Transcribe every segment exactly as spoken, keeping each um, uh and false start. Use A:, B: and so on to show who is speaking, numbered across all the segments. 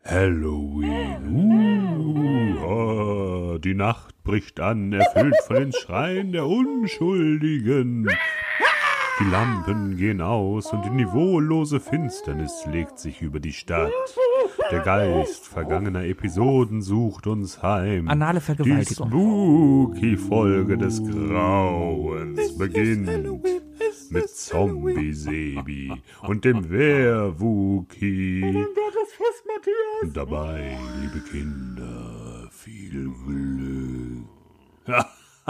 A: Halloween, uh, ah, die Nacht bricht an, erfüllt von den Schreien der Unschuldigen. Die Lampen gehen aus und die niveaulose Finsternis legt sich über die Stadt. Der Geist vergangener Episoden sucht uns heim.
B: Anale Vergewaltigung.
A: Die Spooky-Folge des Grauens beginnt mit Zombie-Sebi und dem Werwuki. Und dabei, liebe Kinder, viel Glück.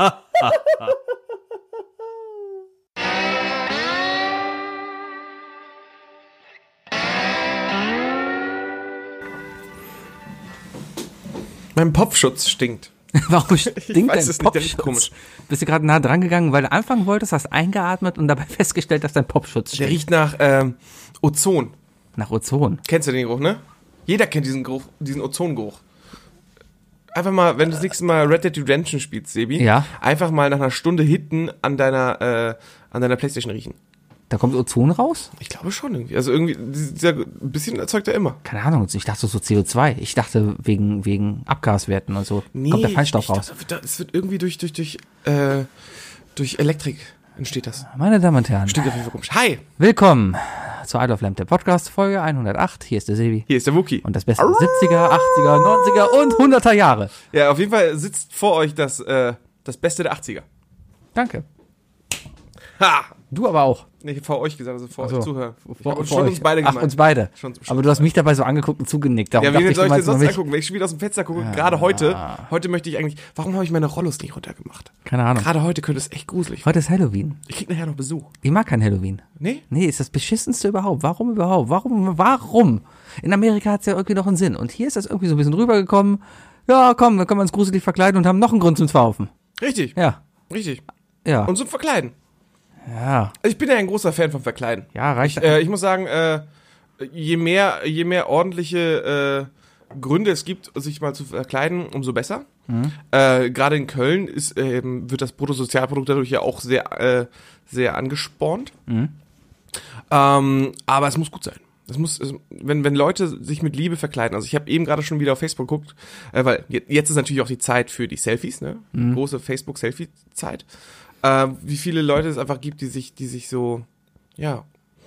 C: Mein Popschutz stinkt.
B: Warum stinkt
C: ich weiß
B: dein
C: es
B: Popschutz?
C: Nicht, komisch.
B: Bist du gerade nah dran gegangen, weil du Anfang wolltest, hast eingeatmet und dabei festgestellt, dass dein Popschutz stinkt?
C: Der riecht nach ähm, Ozon.
B: Nach Ozon?
C: Kennst du den Geruch, ne? Jeder kennt diesen Geruch, diesen Ozongeruch. Einfach mal, wenn du das nächste Mal Red Dead Redemption spielst, Sebi,
B: ja?
C: einfach mal nach einer Stunde Hitten an deiner, äh, an deiner Playstation riechen.
B: Da kommt Ozon raus?
C: Ich glaube schon irgendwie. Also irgendwie, dieser ein bisschen erzeugt er immer.
B: Keine Ahnung, ich dachte so C O zwei. Ich dachte wegen, wegen Abgaswerten und so.
C: Nee,
B: kommt der Feinstaub
C: ich
B: raus.
C: Dachte, das wird irgendwie durch, durch, durch, äh, durch Elektrik entsteht das.
B: Meine Damen und Herren.
C: Stimmt auf jeden Fall komisch. Hi!
B: Willkommen zu Idle of Lamp, der Podcast, Folge hundertacht. Hier ist der Sebi.
C: Hier ist der Wookie.
B: Und das Beste der siebziger, achtziger, neunziger und hunderter Jahre.
C: Ja, auf jeden Fall sitzt vor euch das, äh, das Beste der achtziger.
B: Danke.
C: Ha!
B: Du aber auch.
C: Nee, ich hab vor euch gesagt, also vor
B: Ach so.
C: euch Zuhörer. Ich
B: Vor,
C: hab uns
B: vor
C: schon
B: euch.
C: uns beide
B: Ach,
C: gemeint.
B: uns beide.
C: Schon, schon
B: aber du hast mich dabei so angeguckt und zugenickt. Darum
C: ja,
B: dachte
C: wie
B: ich,
C: soll ich
B: du
C: denn
B: meinst
C: sonst
B: nur mich.
C: angucken? Wenn ich schon wieder aus dem Fenster gucke,
B: Ja.
C: gerade heute, heute möchte ich eigentlich, warum habe ich meine Rollos nicht runtergemacht?
B: Keine Ahnung.
C: Gerade heute könnte es echt gruselig.
B: Heute ist Halloween.
C: Ich krieg nachher noch Besuch.
B: Ich mag kein Halloween.
C: Nee?
B: Nee, ist das beschissenste überhaupt. Warum überhaupt? Warum? Warum? In Amerika hat es ja irgendwie noch einen Sinn. Und hier ist das irgendwie so ein bisschen rübergekommen. Ja, komm, dann können wir uns gruselig verkleiden und haben noch einen Grund zum Verhaufen.
C: Richtig.
B: Ja.
C: Richtig.
B: Ja.
C: Und zum Verkleiden.
B: Ja.
C: Ich bin ja ein großer Fan vom Verkleiden.
B: Ja, reicht.
C: Ich, äh, ich muss sagen, äh, je mehr, je mehr ordentliche äh, Gründe es gibt, sich mal zu verkleiden, umso besser. Mhm. Äh, Gerade in Köln ist, äh, wird das Bruttosozialprodukt dadurch ja auch sehr, äh, sehr angespornt.
B: Mhm.
C: Ähm, aber es muss gut sein. Es muss, es, wenn, wenn Leute sich mit Liebe verkleiden, also ich habe eben gerade schon wieder auf Facebook geguckt, äh, weil jetzt ist natürlich auch die Zeit für die Selfies, ne? Mhm. Große Facebook-Selfie-Zeit. Äh, wie viele Leute es einfach gibt, die sich, die sich so, ja,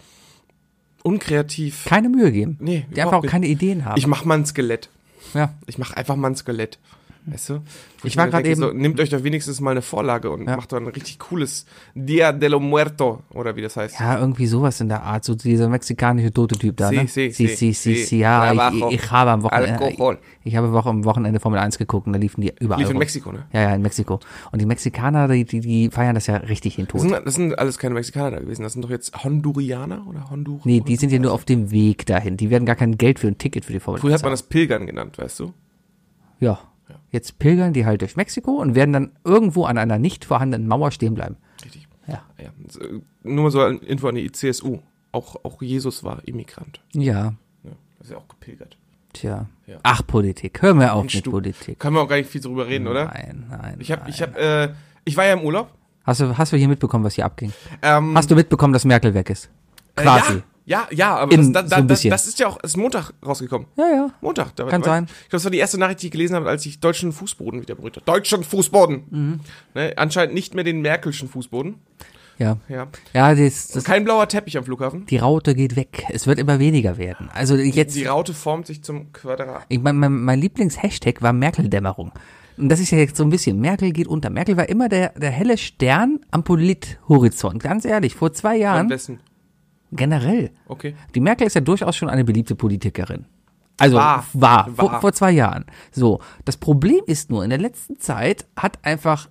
C: unkreativ.
B: Keine Mühe geben.
C: Nee,
B: die einfach auch keine Ideen haben.
C: Ich mach mal ein Skelett.
B: Ja.
C: Ich mach einfach mal ein Skelett. Weißt du? Wo
B: Ich war
C: mir
B: gerade
C: denke,
B: eben-
C: So, nehmt euch doch wenigstens mal eine Vorlage und
B: Ja.
C: macht doch ein richtig cooles Dia de los Muertos, oder wie das heißt.
B: Ja, irgendwie sowas in der Art, so dieser mexikanische tote Typ da,
C: Si,
B: ne?
C: si,
B: si,
C: si,
B: si, si,
C: si.
B: si, ja,
C: Trabajo.
B: ich, ich habe am Wochenende,
C: Alkohol.
B: ich, ich habe am Wochenende Formel eins geguckt und da liefen die überall
C: Lief in
B: rum.
C: Mexiko, ne?
B: Ja, ja, in Mexiko. Und die Mexikaner, die, die, die feiern das ja richtig in
C: Das
B: Tod.
C: sind, das sind alles keine Mexikaner da gewesen. Das sind doch jetzt Hondurianer oder Hondur?
B: Nee, die sind ja nur auf dem Weg dahin. Die werden gar kein Geld für ein Ticket für die Formel
C: Früher
B: eins
C: hat man
B: haben.
C: das Pilgern genannt, weißt du?
B: Ja. Jetzt pilgern die halt durch Mexiko und werden dann irgendwo an einer nicht vorhandenen Mauer stehen bleiben.
C: Richtig.
B: Ja.
C: Ja. So, nur mal so eine Info an die C S U. Auch, auch Jesus war Immigrant.
B: Ja,
C: Ja, das ist ja auch gepilgert.
B: tja.
C: Ja.
B: Ach, Politik. Hör mir auf
C: Mensch,
B: mit
C: du.
B: Politik.
C: Können wir auch gar nicht viel drüber reden, oder?
B: Nein, nein.
C: Ich hab,
B: nein.
C: ich hab, äh, ich war ja im Urlaub.
B: Hast du, hast du hier mitbekommen, was hier abging?
C: Ähm,
B: Hast du mitbekommen, dass Merkel weg ist? Quasi.
C: Äh, ja, ja, ja, aber
B: In
C: das,
B: so ein
C: das, das,
B: bisschen.
C: das ist ja auch, es ist Montag rausgekommen.
B: Ja, ja.
C: Montag. Da,
B: Kann
C: war-
B: sein.
C: Ich glaube, das war die erste Nachricht, die ich gelesen habe, als ich deutschen Fußboden wieder berührt habe. Deutschen Fußboden!
B: Mhm.
C: Ne, anscheinend nicht mehr den Merkelschen Fußboden.
B: Ja.
C: Ja.
B: Ja, das, das,
C: Kein blauer Teppich am Flughafen.
B: die Raute geht weg. Es wird immer weniger werden. Also jetzt,
C: Die Raute formt sich zum Quadrat.
B: ich mein, mein, mein Lieblings-Hashtag war Merkel-Dämmerung. Und das ist ja jetzt so ein bisschen, Merkel geht unter. Merkel war immer der, der helle Stern am Polithorizont. Ganz ehrlich, vor zwei
C: Am
B: Jahren,
C: besten.
B: generell.
C: Okay.
B: Die Merkel ist ja durchaus schon eine beliebte Politikerin. Also
C: War.
B: war,
C: War.
B: Vor, vor zwei Jahren. So, das Problem ist nur, in der letzten Zeit hat einfach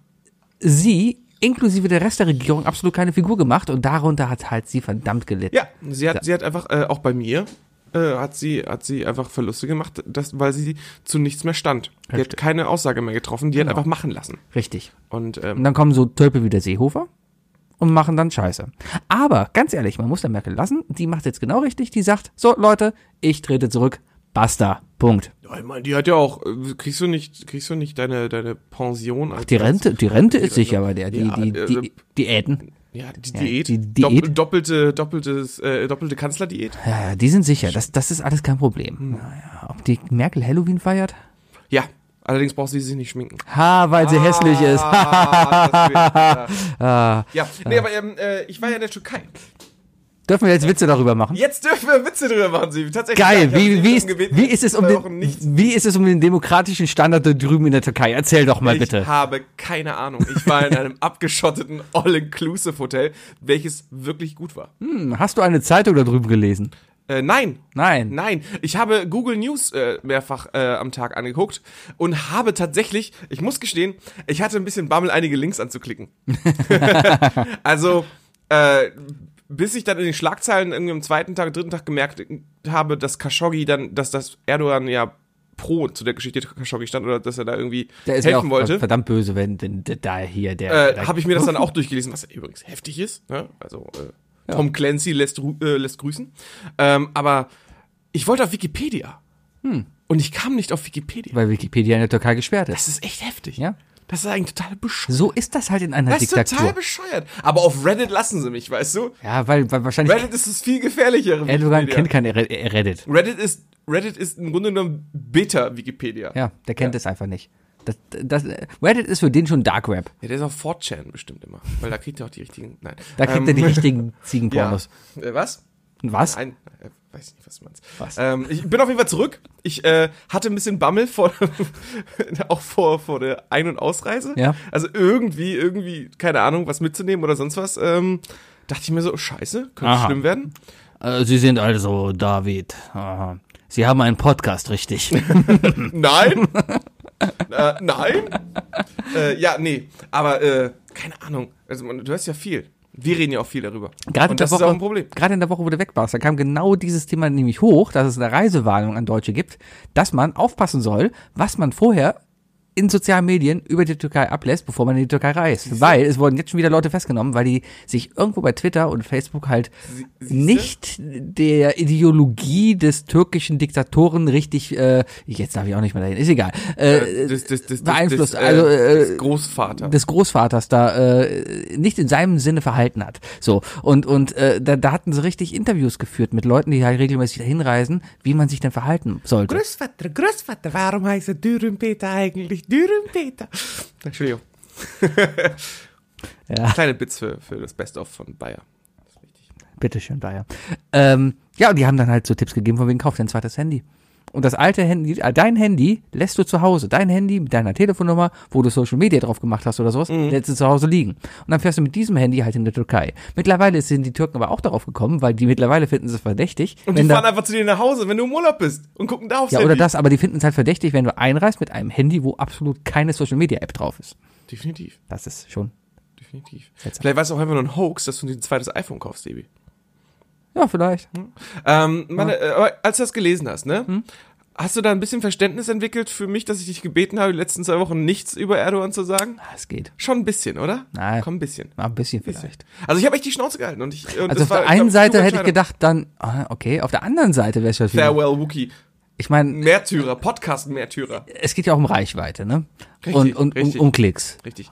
B: sie inklusive der Rest der Regierung absolut keine Figur gemacht und darunter hat halt sie verdammt gelitten.
C: Ja, sie hat, sie hat einfach, äh, auch bei mir, äh, hat sie, hat sie einfach Verluste gemacht, das, weil sie zu nichts mehr stand. Die hat
B: Richtig.
C: keine Aussage mehr getroffen, die
B: Genau.
C: hat einfach machen lassen.
B: Richtig.
C: Und,
B: Und
C: ähm,
B: dann kommen so Tölpel wie der Seehofer und machen dann Scheiße. Aber ganz ehrlich, man muss der Merkel lassen, die macht jetzt genau richtig, die sagt, so Leute, ich trete zurück, basta, Punkt.
C: ja, ich meine, die hat ja auch, äh, kriegst du nicht, kriegst du nicht deine, deine Pension? Als,
B: Die Rente, die Rente ist
C: Die
B: sicher
C: Rente.
B: bei der, die,
C: Ja,
B: die,
C: äh,
B: die, Diäten.
C: Ja, die
B: Ja,
C: Diät.
B: die Diät.
C: Dopp- doppelte, doppeltes, äh, doppelte Kanzlerdiät.
B: Ja, ja, die sind sicher. Das, das ist alles kein Problem. Naja, ob die Merkel Halloween feiert?
C: Ja, allerdings braucht sie sich nicht schminken.
B: Ha, weil sie hässlich ist.
C: Ah, das will- ja.
B: Ah,
C: ja, nee, aber ähm, äh, ich war ja in der Türkei.
B: dürfen wir jetzt Witze darüber machen?
C: Jetzt dürfen wir Witze drüber machen, sie. Tatsächlich.
B: Geil.
C: Ja, ich hab
B: Wie,
C: sie
B: wie,
C: darum
B: ist,
C: gebeten,
B: wie, ist es um
C: zwei Wochen
B: den,
C: nichts.
B: wie ist es um den demokratischen Standard da drüben in der Türkei? Erzähl doch mal bitte.
C: Ich habe keine Ahnung. Ich war in einem abgeschotteten All-Inclusive-Hotel, welches wirklich gut war.
B: Hm, hast du eine Zeitung da drüben gelesen?
C: Äh, nein.
B: Nein.
C: Nein, ich habe Google News äh, mehrfach äh, am Tag angeguckt und habe tatsächlich, ich muss gestehen, ich hatte ein bisschen Bammel, einige Links anzuklicken. Also, äh, bis ich dann in den Schlagzeilen irgendwie am zweiten Tag, dritten Tag gemerkt habe, dass Khashoggi dann, dass das Erdogan ja pro zu der Geschichte Khashoggi stand oder dass er da irgendwie
B: Der ist
C: helfen
B: ja auch
C: wollte.
B: verdammt böse, wenn denn da hier der.
C: Äh, habe ich mir das dann auch durchgelesen, was übrigens heftig ist. Ne? Also äh,
B: Ja.
C: Tom Clancy lässt, ru- äh, lässt grüßen. Ähm, aber ich wollte auf Wikipedia.
B: Hm.
C: Und ich kam nicht auf Wikipedia.
B: Weil Wikipedia in der Türkei gesperrt ist.
C: Das ist echt heftig.
B: Ja.
C: Das ist eigentlich total bescheuert.
B: So ist das halt in einer
C: Das ist
B: Diktatur.
C: total bescheuert. Aber auf Reddit lassen sie mich, weißt du?
B: Ja, weil, weil wahrscheinlich
C: Reddit ist das viel gefährlichere
B: Erdogan
C: Wikipedia.
B: kennt kein Re- Reddit.
C: Reddit ist, Reddit ist im Grunde genommen Beta-Wikipedia.
B: Ja, der kennt
C: Ja.
B: es einfach nicht. Das, das, Reddit ist für den schon Dark Web.
C: Ja, der ist auf four chan bestimmt immer. Weil da kriegt er auch die richtigen. Nein.
B: Da kriegt
C: Ähm,
B: er die richtigen
C: ja.
B: Ziegenpornos.
C: Äh, was?
B: Was?
C: Nein, äh, weiß nicht, was du meinst.
B: Was?
C: Ähm, ich bin auf jeden Fall zurück. Ich äh, hatte ein bisschen Bammel vor, auch vor, vor der Ein- und Ausreise.
B: Ja.
C: Also irgendwie, irgendwie, keine Ahnung, was mitzunehmen oder sonst was. Ähm, dachte ich mir so, scheiße, könnte
B: Aha.
C: schlimm werden.
B: Äh, Sie sind also David. Aha. Sie haben einen Podcast, richtig?
C: Nein. äh, nein. äh, ja, nee. Aber äh, keine Ahnung. Also man, du hörst ja viel. Wir reden ja auch viel darüber.
B: Gerade in
C: Und
B: der
C: das
B: Woche,
C: ist auch ein Problem.
B: Gerade in der Woche, wo du weg warst, da kam genau dieses Thema nämlich hoch, dass es eine Reisewarnung an Deutsche gibt, dass man aufpassen soll, was man vorher in sozialen Medien über die Türkei ablässt, bevor man in die Türkei reist. Weil es wurden jetzt schon wieder Leute festgenommen, weil die sich irgendwo bei Twitter und Facebook halt
C: Sie- siehste?
B: nicht der Ideologie des türkischen Diktatoren richtig, äh, jetzt darf ich auch nicht mehr dahin, ist egal, äh,
C: Das, das, das,
B: beeinflusst,
C: das, äh,
B: also äh,
C: das Großvater.
B: des Großvaters da äh, nicht in seinem Sinne verhalten hat. So, und und äh, da, da hatten sie richtig Interviews geführt mit Leuten, die halt regelmäßig dahin reisen, wie man sich denn verhalten sollte.
C: Großvater, Großvater, warum heißt er Dürrenpeter eigentlich Dürrenpeter? Entschuldigung.
B: Ja,
C: Kleine Bits für, für das Best-of von Bayer.
B: bitteschön, Bayer. Ähm, ja, und die haben dann halt so Tipps gegeben, von wegen, kauf dir ein zweites Handy. Und das alte Handy, äh, dein Handy lässt du zu Hause. Dein Handy mit deiner Telefonnummer, wo du Social Media drauf gemacht hast oder sowas, lässt du zu Hause liegen. Und dann fährst du mit diesem Handy halt in der Türkei. Mittlerweile sind die Türken aber auch darauf gekommen, weil die mittlerweile finden sie verdächtig.
C: Und
B: wenn
C: die
B: da-
C: fahren einfach zu dir nach Hause, wenn du im Urlaub bist und gucken da aufs
B: Ja,
C: Handy.
B: oder das, aber die finden es halt verdächtig, wenn du einreist mit einem Handy, wo absolut keine Social-Media-App drauf ist.
C: Definitiv,
B: Das ist schon,
C: definitiv.
B: Seltsam.
C: Vielleicht war es auch einfach nur ein Hoax, dass du dir ein zweites iPhone kaufst, Debi.
B: ja, vielleicht.
C: Ähm, meine, äh, aber als du das gelesen hast, ne?
B: Hm?
C: Hast du da ein bisschen Verständnis entwickelt für mich, dass ich dich gebeten habe, die letzten zwei Wochen nichts über Erdogan zu sagen?
B: Ah, es geht.
C: Schon ein bisschen, oder?
B: Nein.
C: Komm, ein bisschen.
B: Mal ein bisschen vielleicht.
C: Also ich habe echt die Schnauze gehalten und ich. Und
B: Also
C: das
B: auf
C: war,
B: der einen
C: glaub,
B: Seite
C: kluge
B: hätte ich
C: Entscheidung.
B: gedacht dann, ah, okay, auf der anderen Seite wäre es ja viel.
C: Farewell Wookie.
B: Ich meine,
C: Märtyrer, Podcast-Märtyrer.
B: es geht ja auch um Reichweite, ne?
C: Richtig,
B: und und um,
C: richtig.
B: um Klicks.
C: Richtig.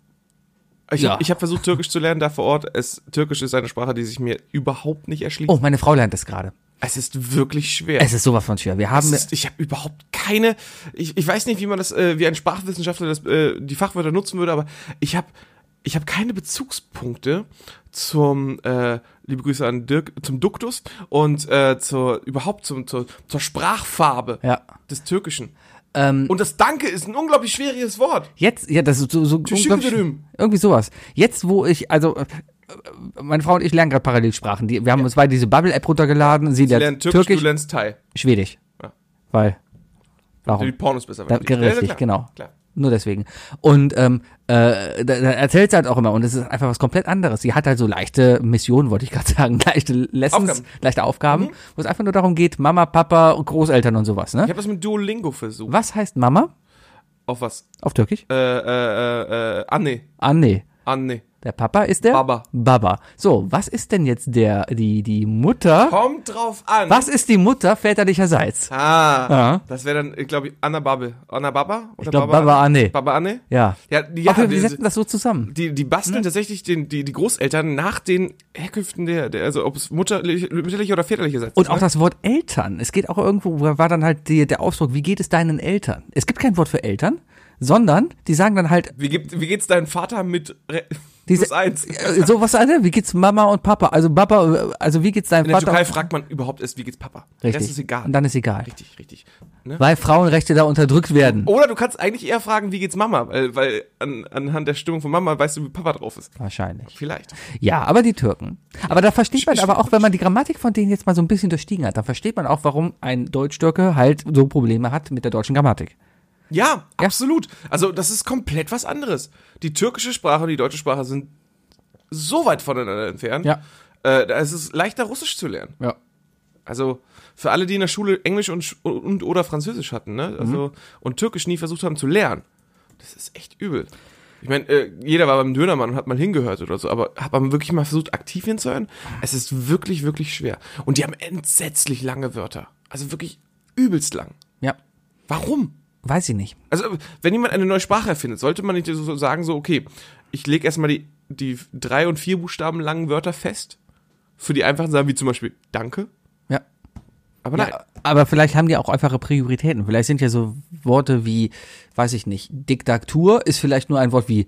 C: Ich
B: Ja.
C: habe ich hab versucht, Türkisch zu lernen da vor Ort. Es, Türkisch ist eine Sprache, die sich mir überhaupt nicht erschließt.
B: Oh, meine Frau lernt das gerade.
C: Es ist wirklich schwer.
B: Es ist sowas von schwer. Wir haben,
C: Es ist, ich habe überhaupt keine, ich, ich weiß nicht, wie man das, äh, wie ein Sprachwissenschaftler das, äh, die Fachwörter nutzen würde, aber ich habe ich hab keine Bezugspunkte zum, äh, liebe Grüße an Dirk, zum Duktus und äh, zur, überhaupt zum, zur, zur Sprachfarbe
B: ja.
C: des Türkischen.
B: Ähm,
C: Und das Danke ist ein unglaublich schwieriges Wort.
B: Jetzt, ja, das ist so, so unglaublich,
C: Tschüssikidüm.
B: irgendwie sowas. Jetzt, wo ich, also, äh, meine Frau und ich lernen gerade Parallelsprachen. Die, wir haben uns beide diese Bubble-App runtergeladen. Sie
C: Du
B: lernt
C: lernst Türkisch,
B: Türkisch,
C: du lernst Thai.
B: Schwedisch.
C: Ja.
B: Weil,
C: Die
B: warum?
C: Pornos besser.
B: Da,
C: verstehen.
B: richtig,
C: Ja, klar.
B: genau.
C: Klar.
B: Nur deswegen. Und ähm, äh, da, da erzählt sie halt auch immer, und es ist einfach was komplett anderes. Sie hat halt so leichte Missionen, wollte ich gerade sagen, leichte Lessons,
C: Aufgaben.
B: leichte Aufgaben,
C: Mhm.
B: wo es einfach nur darum geht, Mama, Papa und Großeltern und sowas,
C: Ich
B: ne?
C: habe das mit Duolingo versucht.
B: Was heißt Mama
C: Auf was?
B: auf Türkisch?
C: Äh, äh, äh, äh, Anne.
B: Anne.
C: Anne.
B: Der Papa ist der?
C: Baba.
B: Baba. So, was ist denn jetzt der, die, die Mutter?
C: Kommt drauf an.
B: Was ist die Mutter väterlicherseits?
C: Ah,
B: Ja.
C: das wäre dann, glaube ich, Anna Babbe. Anna Baba? Oder
B: Ich glaube, Baba Anne.
C: Baba Anne?
B: Ja.
C: Ja, die, ja
B: Aber wir
C: die,
B: setzen das so zusammen.
C: die, die basteln tatsächlich den, die, die Großeltern nach den Herkünften der, der also ob es mutterlich, mütterliche oder väterliche Sätze
B: Und
C: ist,
B: auch
C: ne?
B: das Wort Eltern. Es geht auch irgendwo, wo war dann halt die, der Ausdruck, wie geht es deinen Eltern? Es gibt kein Wort für Eltern, sondern die sagen dann halt,
C: Wie, gibt, wie geht's deinem Vater mit Re
B: diese,
C: plus eins?
B: äh, so was, Alter, wie geht's Mama und Papa? Also Papa, also wie geht's deinem
C: In der
B: Vater?
C: Türkei fragt man überhaupt erst, wie geht's Papa?
B: Richtig.
C: Das ist egal.
B: Und dann ist egal.
C: Richtig, richtig. Ne?
B: Weil Frauenrechte da unterdrückt werden.
C: Oder du kannst eigentlich eher fragen, wie geht's Mama? Weil, weil an, anhand der Stimmung von Mama weißt du, wie Papa drauf ist.
B: Wahrscheinlich.
C: Vielleicht.
B: Ja, aber die Türken. Aber da versteht man aber auch, wenn man die Grammatik von denen jetzt mal so ein bisschen durchstiegen hat, dann versteht man auch, warum ein Deutsch-Türke halt so Probleme hat mit der deutschen Grammatik.
C: Ja, absolut. Also das ist komplett was anderes. Die türkische Sprache und die deutsche Sprache sind so weit voneinander entfernt.
B: Ja.
C: Äh, da ist es leichter, Russisch zu lernen.
B: Ja.
C: Also für alle, die in der Schule Englisch und, Sch- und oder Französisch hatten, ne? Also und Türkisch nie versucht haben zu lernen. Das ist echt übel. Ich meine, äh, jeder war beim Dönermann und hat mal hingehört oder so, aber hat man wirklich mal versucht, aktiv hinzuhören? Es ist wirklich, wirklich schwer. Und die haben entsetzlich lange Wörter. Also wirklich übelst lang.
B: Ja.
C: Warum?
B: Weiß ich nicht.
C: Also, wenn jemand eine neue Sprache erfindet, sollte man nicht so sagen, so, okay, ich lege erstmal die, die drei- und vier Buchstaben langen Wörter fest, für die einfachen Sachen, wie zum Beispiel Danke.
B: Ja.
C: Aber nein.
B: Ja, aber vielleicht haben die auch einfache Prioritäten. Vielleicht sind ja so Worte wie, weiß ich nicht, Diktatur ist vielleicht nur ein Wort wie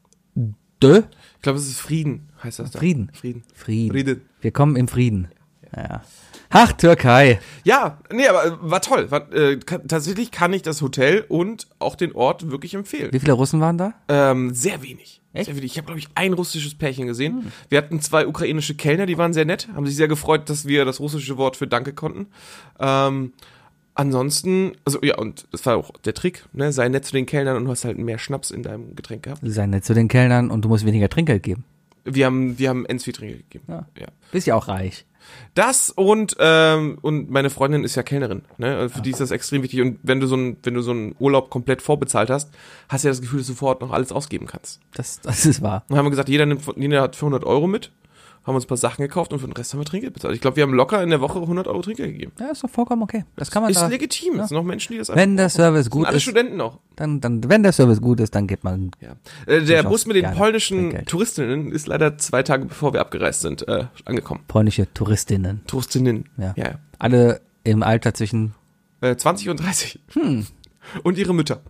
B: de.
C: Ich glaube, es ist Frieden, heißt das da.
B: Frieden.
C: Frieden.
B: Frieden.
C: Frieden.
B: Wir kommen im Frieden. Ja. Ach, Türkei.
C: Ja, nee, aber äh, war toll. War, äh, kann, tatsächlich kann ich das Hotel und auch den Ort wirklich empfehlen.
B: Wie viele Russen waren da?
C: Ähm, sehr wenig.
B: Echt?
C: Sehr wenig. Ich habe, glaube ich, ein russisches Pärchen gesehen. Hm. Wir hatten zwei ukrainische Kellner, die waren sehr nett, haben sich sehr gefreut, dass wir das russische Wort für Danke konnten. Ähm, ansonsten, also ja, und das war auch der Trick, ne? Sei nett zu den Kellnern und du hast halt mehr Schnaps in deinem Getränk gehabt.
B: Sei nett zu den Kellnern und du musst weniger Trinkgeld geben.
C: Wir haben, wir haben ends viel Trinkgeld gegeben.
B: Ja.
C: Ja.
B: Bist ja auch reich.
C: Das und ähm, und meine Freundin ist ja Kellnerin, ne? Also für die ist das extrem wichtig. Und wenn du so ein, wenn du so einen Urlaub komplett vorbezahlt hast, hast du ja das Gefühl, dass du sofort noch alles ausgeben kannst.
B: Das, das ist wahr.
C: Dann haben wir gesagt, jeder nimmt, jeder hat für hundert Euro mit, haben uns ein paar Sachen gekauft und für den Rest haben wir Trinkgeld bezahlt. Ich glaube, wir haben locker in der Woche hundert Euro Trinkgeld gegeben.
B: Ja, ist doch vollkommen okay. Das kann man
C: Ist
B: da,
C: legitim. Es sind noch Menschen, die das
B: wenn der
C: brauchen.
B: Service
C: Sind
B: gut
C: alle
B: ist,
C: Studenten auch.
B: dann, dann, wenn der Service gut ist, dann gibt man,
C: Ja. Äh, der
B: Durchaus
C: Bus mit den
B: gerne
C: polnischen
B: Trinkgeld.
C: Touristinnen ist leider zwei Tage bevor wir abgereist sind, äh, angekommen.
B: polnische Touristinnen.
C: Touristinnen.
B: Ja.
C: Ja.
B: Alle im Alter zwischen,
C: Äh, zwanzig und dreißig. Hm. Und ihre Mütter.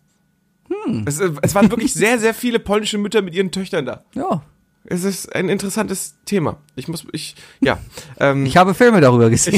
C: Hm. Es, äh, es waren wirklich sehr, sehr viele polnische Mütter mit ihren Töchtern da.
B: ja,
C: Es ist ein interessantes Thema. Ich muss, ich, ja. Ähm,
B: ich habe Filme darüber gesehen.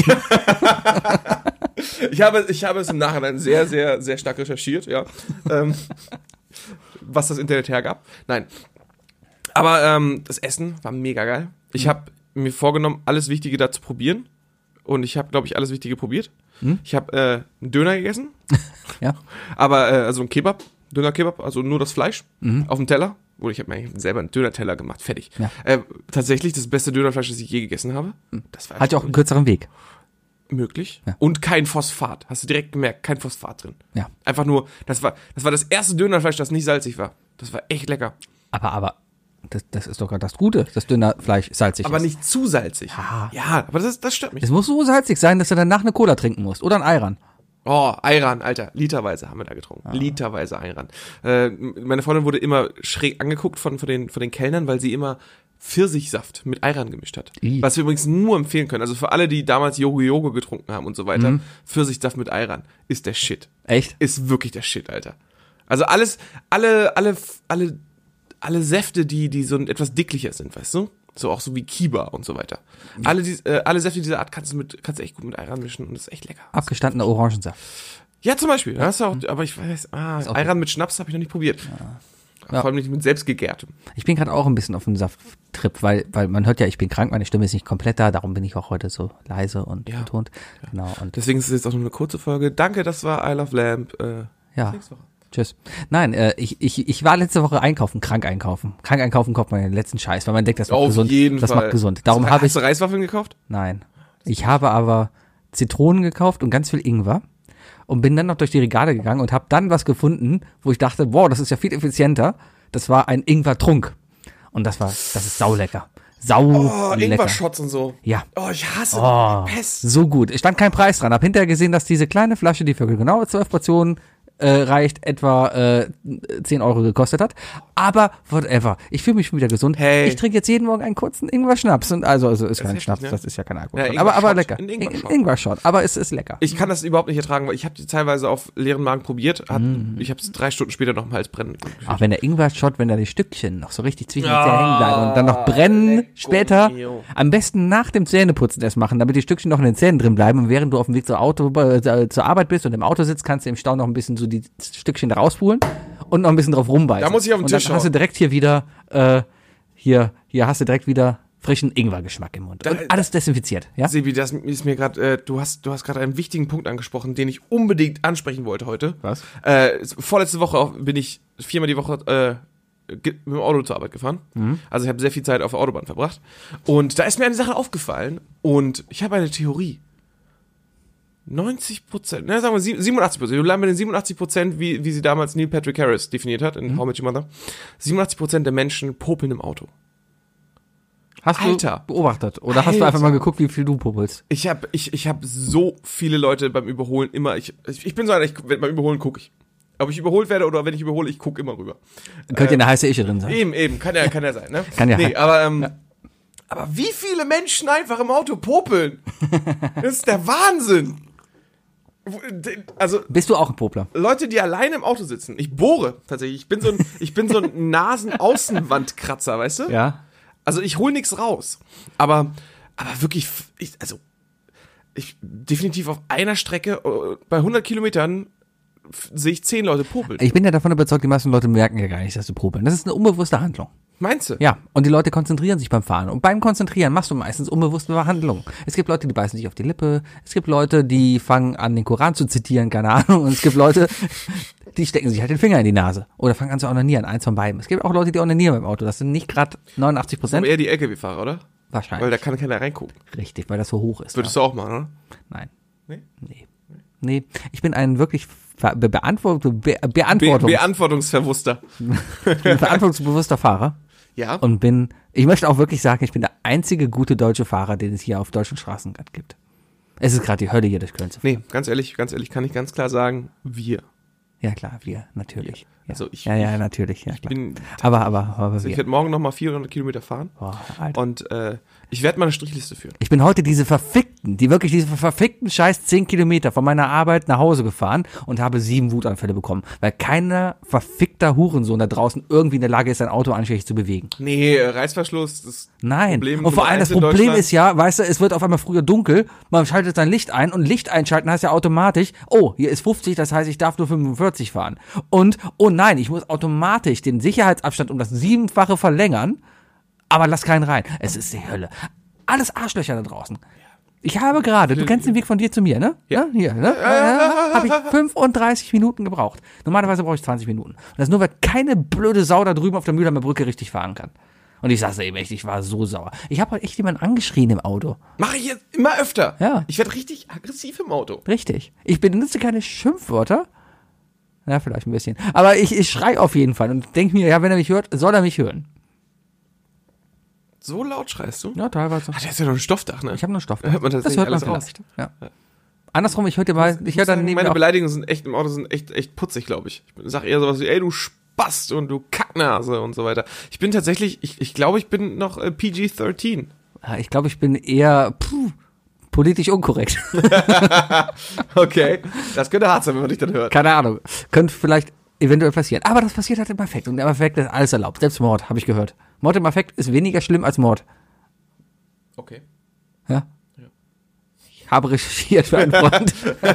C: ich, habe, ich habe es im Nachhinein sehr, sehr, sehr stark recherchiert, ja. ähm, was das Internet hergab. Nein. Aber ähm, das Essen war mega geil. Ich
B: Mhm.
C: habe mir vorgenommen, alles Wichtige da zu probieren. Und ich habe, glaube ich, alles Wichtige probiert.
B: Mhm.
C: Ich habe äh, einen Döner gegessen.
B: Ja.
C: Aber, äh, also ein Kebab. Döner-Kebab, also nur das Fleisch
B: Mhm.
C: auf dem Teller. Oder ich habe mir eigentlich selber einen Döner-Teller gemacht. Fertig.
B: Ja.
C: Äh, tatsächlich das beste Dönerfleisch, das ich je gegessen habe. Das war
B: Hat ja auch einen kürzeren Weg.
C: möglich.
B: Ja.
C: Und kein Phosphat. Hast du direkt gemerkt, kein Phosphat drin.
B: Ja.
C: Einfach nur, das war, das war das erste Dönerfleisch, das nicht salzig war. Das war echt lecker.
B: Aber, aber, das, das ist doch gerade das Gute, dass Dönerfleisch salzig
C: Aber
B: ist.
C: nicht zu salzig.
B: Ja.
C: Ja, aber das, das stört mich.
B: Es muss so salzig sein, dass du danach eine Cola trinken musst. Oder ein Ayran.
C: Oh, Ayran, Alter. Literweise haben wir da getrunken. Literweise Ayran. Äh, meine Freundin wurde immer schräg angeguckt von, von, den, von den Kellnern, weil sie immer Pfirsichsaft mit Ayran gemischt hat.
B: I.
C: Was wir übrigens nur empfehlen können. Also für alle, die damals Yogo Yogo getrunken haben und so weiter,
B: Mhm.
C: Pfirsichsaft mit Ayran ist der Shit.
B: Echt?
C: Ist wirklich der Shit, Alter. Also alles, alle, alle, alle, alle Säfte, die, die so etwas dicklicher sind, weißt du? So auch so wie Kiba und so weiter. Alle, die, äh, alle Säfte dieser Art kannst du mit, kannst du echt gut mit Ayran mischen und das ist echt lecker.
B: Abgestandener Orangensaft.
C: Ja, zum Beispiel. Ja. Hast du auch, aber ich weiß, ah,
B: auch
C: Ayran mit Schnaps habe ich noch nicht probiert.
B: Ja.
C: Vor allem nicht mit selbstgegärtem.
B: Ich bin gerade auch ein bisschen auf dem Safttrip, weil, weil man hört ja, ich bin krank, meine Stimme ist nicht komplett da, darum bin ich auch heute so leise und
C: Ja.
B: betont. Genau, und
C: Deswegen ist es jetzt auch nur eine kurze Folge. Danke, das war I Love Lamp. Äh,
B: ja,
C: nächste Woche.
B: tschüss. Nein, äh, ich, ich, ich war letzte Woche einkaufen, krank einkaufen. Krank einkaufen kauft man den letzten Scheiß, weil man denkt, das macht
C: Auf
B: gesund.
C: jeden
B: das
C: Fall.
B: macht gesund. Darum
C: hast,
B: habe ich,
C: hast du Reiswaffeln gekauft?
B: nein. Ich habe aber Zitronen gekauft und ganz viel Ingwer und bin dann noch durch die Regale gegangen und habe dann was gefunden, wo ich dachte, wow, das ist ja viel effizienter. Das war ein Ingwer-Trunk. Und das war, das ist saulecker. Sau
C: Oh,
B: lecker.
C: Ingwer-Shots und so.
B: Ja.
C: Oh, ich hasse
B: Oh,
C: Pest.
B: so gut. Es stand kein Preis dran. Hab hinterher gesehen, dass diese kleine Flasche, die für genau zwölf Portionen äh, reicht, etwa äh, zehn Euro gekostet hat. Aber whatever. Ich fühle mich schon wieder gesund.
C: Hey.
B: Ich trinke jetzt jeden Morgen einen kurzen Ingwer-Schnaps. Und also, also ist kein
C: heftig,
B: Schnaps,
C: ne?
B: das ist ja kein Alkohol.
C: Ja,
B: drin. aber, aber
C: Ingwer-Shot.
B: lecker.
C: Ein Ingwer-Shot.
B: Ingwer-Shot. Aber es ist lecker.
C: Ich kann das überhaupt nicht ertragen, weil ich habe die teilweise auf leeren Magen probiert. Hat,
B: Mm.
C: Ich habe es drei Stunden später noch im Hals brennen.
B: Ach, wenn der Ingwer-Shot, wenn da die Stückchen noch so richtig zwischen den
C: Ah,
B: Zähnen hängen bleiben und dann noch brennen
C: lecko
B: später.
C: mio.
B: Am besten nach dem Zähneputzen erst machen, damit die Stückchen noch in den Zähnen drin bleiben. Und während du auf dem Weg zur, Auto, äh, zur Arbeit bist und im Auto sitzt, kannst du im Stau noch ein bisschen so die Stückchen da rauspulen und noch ein bisschen drauf rumbeißen.
C: Da muss ich auf den
B: und
C: Tisch
B: dann hast du
C: schauen.
B: direkt hier wieder, äh, hier, hier hast du direkt wieder frischen Ingwergeschmack im Mund.
C: Da-
B: Und alles desinfiziert, ja?
C: Sebi, das ist mir gerade, äh, du hast, du hast gerade einen wichtigen Punkt angesprochen, den ich unbedingt ansprechen wollte heute.
B: Was?
C: Äh, vorletzte Woche auch bin ich viermal die Woche äh, ge- mit dem Auto zur Arbeit gefahren.
B: Mhm.
C: Also ich habe sehr viel Zeit auf der Autobahn verbracht. Und da ist mir eine Sache aufgefallen und ich habe eine Theorie. neunzig Prozent, ne, sagen wir sie- siebenundachtzig Prozent. Wir bleiben bei den siebenundachtzig Prozent, wie, wie sie damals Neil Patrick Harris definiert hat in
B: Mhm.
C: How I Met Your Mother. siebenundachtzig Prozent der Menschen popeln im Auto.
B: Hast
C: Alter.
B: du beobachtet? Oder hast du einfach mal geguckt, wie viel du popelst?
C: Ich habe ich, ich hab so viele Leute beim Überholen immer, ich, ich bin so einer, ich, beim Überholen gucke ich. Ob ich überholt werde oder wenn ich überhole, ich gucke immer rüber.
B: Könnte eine heiße Ische drin sein.
C: Eben, eben, kann ja, kann ja sein, ne?
B: Kann ja.
C: Nee, aber, ähm, aber wie viele Menschen einfach im Auto popeln? Das ist der Wahnsinn. Also,
B: Bist du auch ein Popler?
C: Leute, die alleine im Auto sitzen. Ich bohre tatsächlich. Ich bin so ein, ich bin so ein Nasenaußenwandkratzer, weißt du?
B: Ja.
C: Also ich hol nix raus. Aber, aber wirklich, ich, also, ich, definitiv auf einer Strecke, äh, bei hundert Kilometern, f- sehe ich zehn Leute popeln.
B: Ich bin ja davon überzeugt, die meisten Leute merken ja gar nicht, dass du popeln. Das ist eine unbewusste Handlung.
C: Meinst du?
B: Ja, und die Leute konzentrieren sich beim Fahren. Und beim Konzentrieren machst du meistens unbewusste Handlungen. Es gibt Leute, die beißen sich auf die Lippe. Es gibt Leute, die fangen an, den Koran zu zitieren, keine Ahnung. Und es gibt Leute, die stecken sich halt den Finger in die Nase. Oder fangen an zu onanieren, eins von beiden. Es gibt auch Leute, die onanieren beim Auto. Das sind nicht gerade neunundachtzig Prozent.
C: Aber eher die L K W-Fahrer, oder?
B: Wahrscheinlich.
C: Weil da kann keiner reingucken.
B: Richtig, weil das so hoch ist.
C: Würdest
B: ja.
C: du auch machen, oder?
B: Nein.
C: Nee?
B: Nee. Nee. Ich bin ein wirklich ver- be beantwort be
C: Be
B: Beantwortungs
C: Beantwortungsverwusster.
B: ich bin ein verantwortungsbewusster Fahrer.
C: Ja.
B: Und bin, ich möchte auch wirklich sagen, ich bin der einzige gute deutsche Fahrer, den es hier auf deutschen Straßen gerade gibt. Es ist gerade die Hölle, hier durch Köln zu fahren.
C: Nee, ganz ehrlich, ganz ehrlich, kann ich ganz klar sagen, wir.
B: Ja klar, wir, natürlich. Ja.
C: Also ich-
B: ja, ja,
C: ich-
B: natürlich, ja klar.
C: Bin,
B: aber, aber, aber
C: also ich
B: wir.
C: werde morgen nochmal vierhundert Kilometer fahren.
B: Boah, Alter.
C: Und äh, ich werde mal eine Strichliste führen.
B: Ich bin heute diese verfickten, die wirklich diese verfickten scheiß zehn Kilometer von meiner Arbeit nach Hause gefahren und habe sieben Wutanfälle bekommen, weil keiner verfickter Hurensohn da draußen irgendwie in der Lage ist, sein Auto anständig zu bewegen.
C: Nee, äh, Reißverschluss, das
B: Nein.
C: Problem
B: und vor
C: Nummer
B: allem das
C: eins in
B: Problem
C: Deutschland.
B: ist ja, weißt du, es wird auf einmal früher dunkel, man schaltet sein Licht ein und Licht einschalten heißt ja automatisch, oh, hier ist fünfzig, das heißt, ich darf nur fünfundvierzig fahren. Und, oh nein, ich muss automatisch den Sicherheitsabstand um das Siebenfache verlängern, aber lass keinen rein. Es ist die Hölle. Alles Arschlöcher da draußen. Ich habe gerade, du kennst den Weg von dir zu mir, ne?
C: Ja.
B: Hier, ne? Ja, habe ich fünfunddreißig Minuten gebraucht. Normalerweise brauche ich zwanzig Minuten. Und das nur, weil keine blöde Sau da drüben auf der Mülheimer Brücke richtig fahren kann. Und ich sag's eben echt, ich war so sauer. Ich habe heute echt jemanden angeschrien im Auto.
C: Mache ich jetzt immer öfter.
B: Ja.
C: Ich werde richtig aggressiv im Auto.
B: Richtig. Ich benutze keine Schimpfwörter. Ja, vielleicht ein bisschen. Aber ich, ich schrei auf jeden Fall und denke mir, ja, wenn er mich hört, soll er mich hören.
C: So laut schreist du?
B: Ja, teilweise.
C: Ach, der ist ja noch ein Stoffdach, ne?
B: Ich habe nur Stoff.
C: Hört man
B: das
C: tatsächlich
B: hört man
C: alles raus.
B: vielleicht. Ja. Andersrum, ich höre dir mal, ich höre dann neben
C: Meine
B: mir auch,
C: Beleidigungen sind echt im Auto sind echt echt putzig, glaube ich. Ich sag eher sowas wie, ey, du Spast und du Kacknase und so weiter. Ich bin tatsächlich, ich, ich glaube, ich bin noch äh, P G dreizehn.
B: Ja, ich glaube, ich bin eher puh, politisch unkorrekt.
C: Okay. Das könnte hart sein, wenn man dich dann hört.
B: Keine Ahnung. Könnte vielleicht eventuell passieren. Aber das passiert halt im Affekt. Und im Affekt ist alles erlaubt. Selbst Mord, habe ich gehört. Mord im Affekt ist weniger schlimm als Mord.
C: Okay.
B: Ja? Ich habe recherchiert für einen Freund.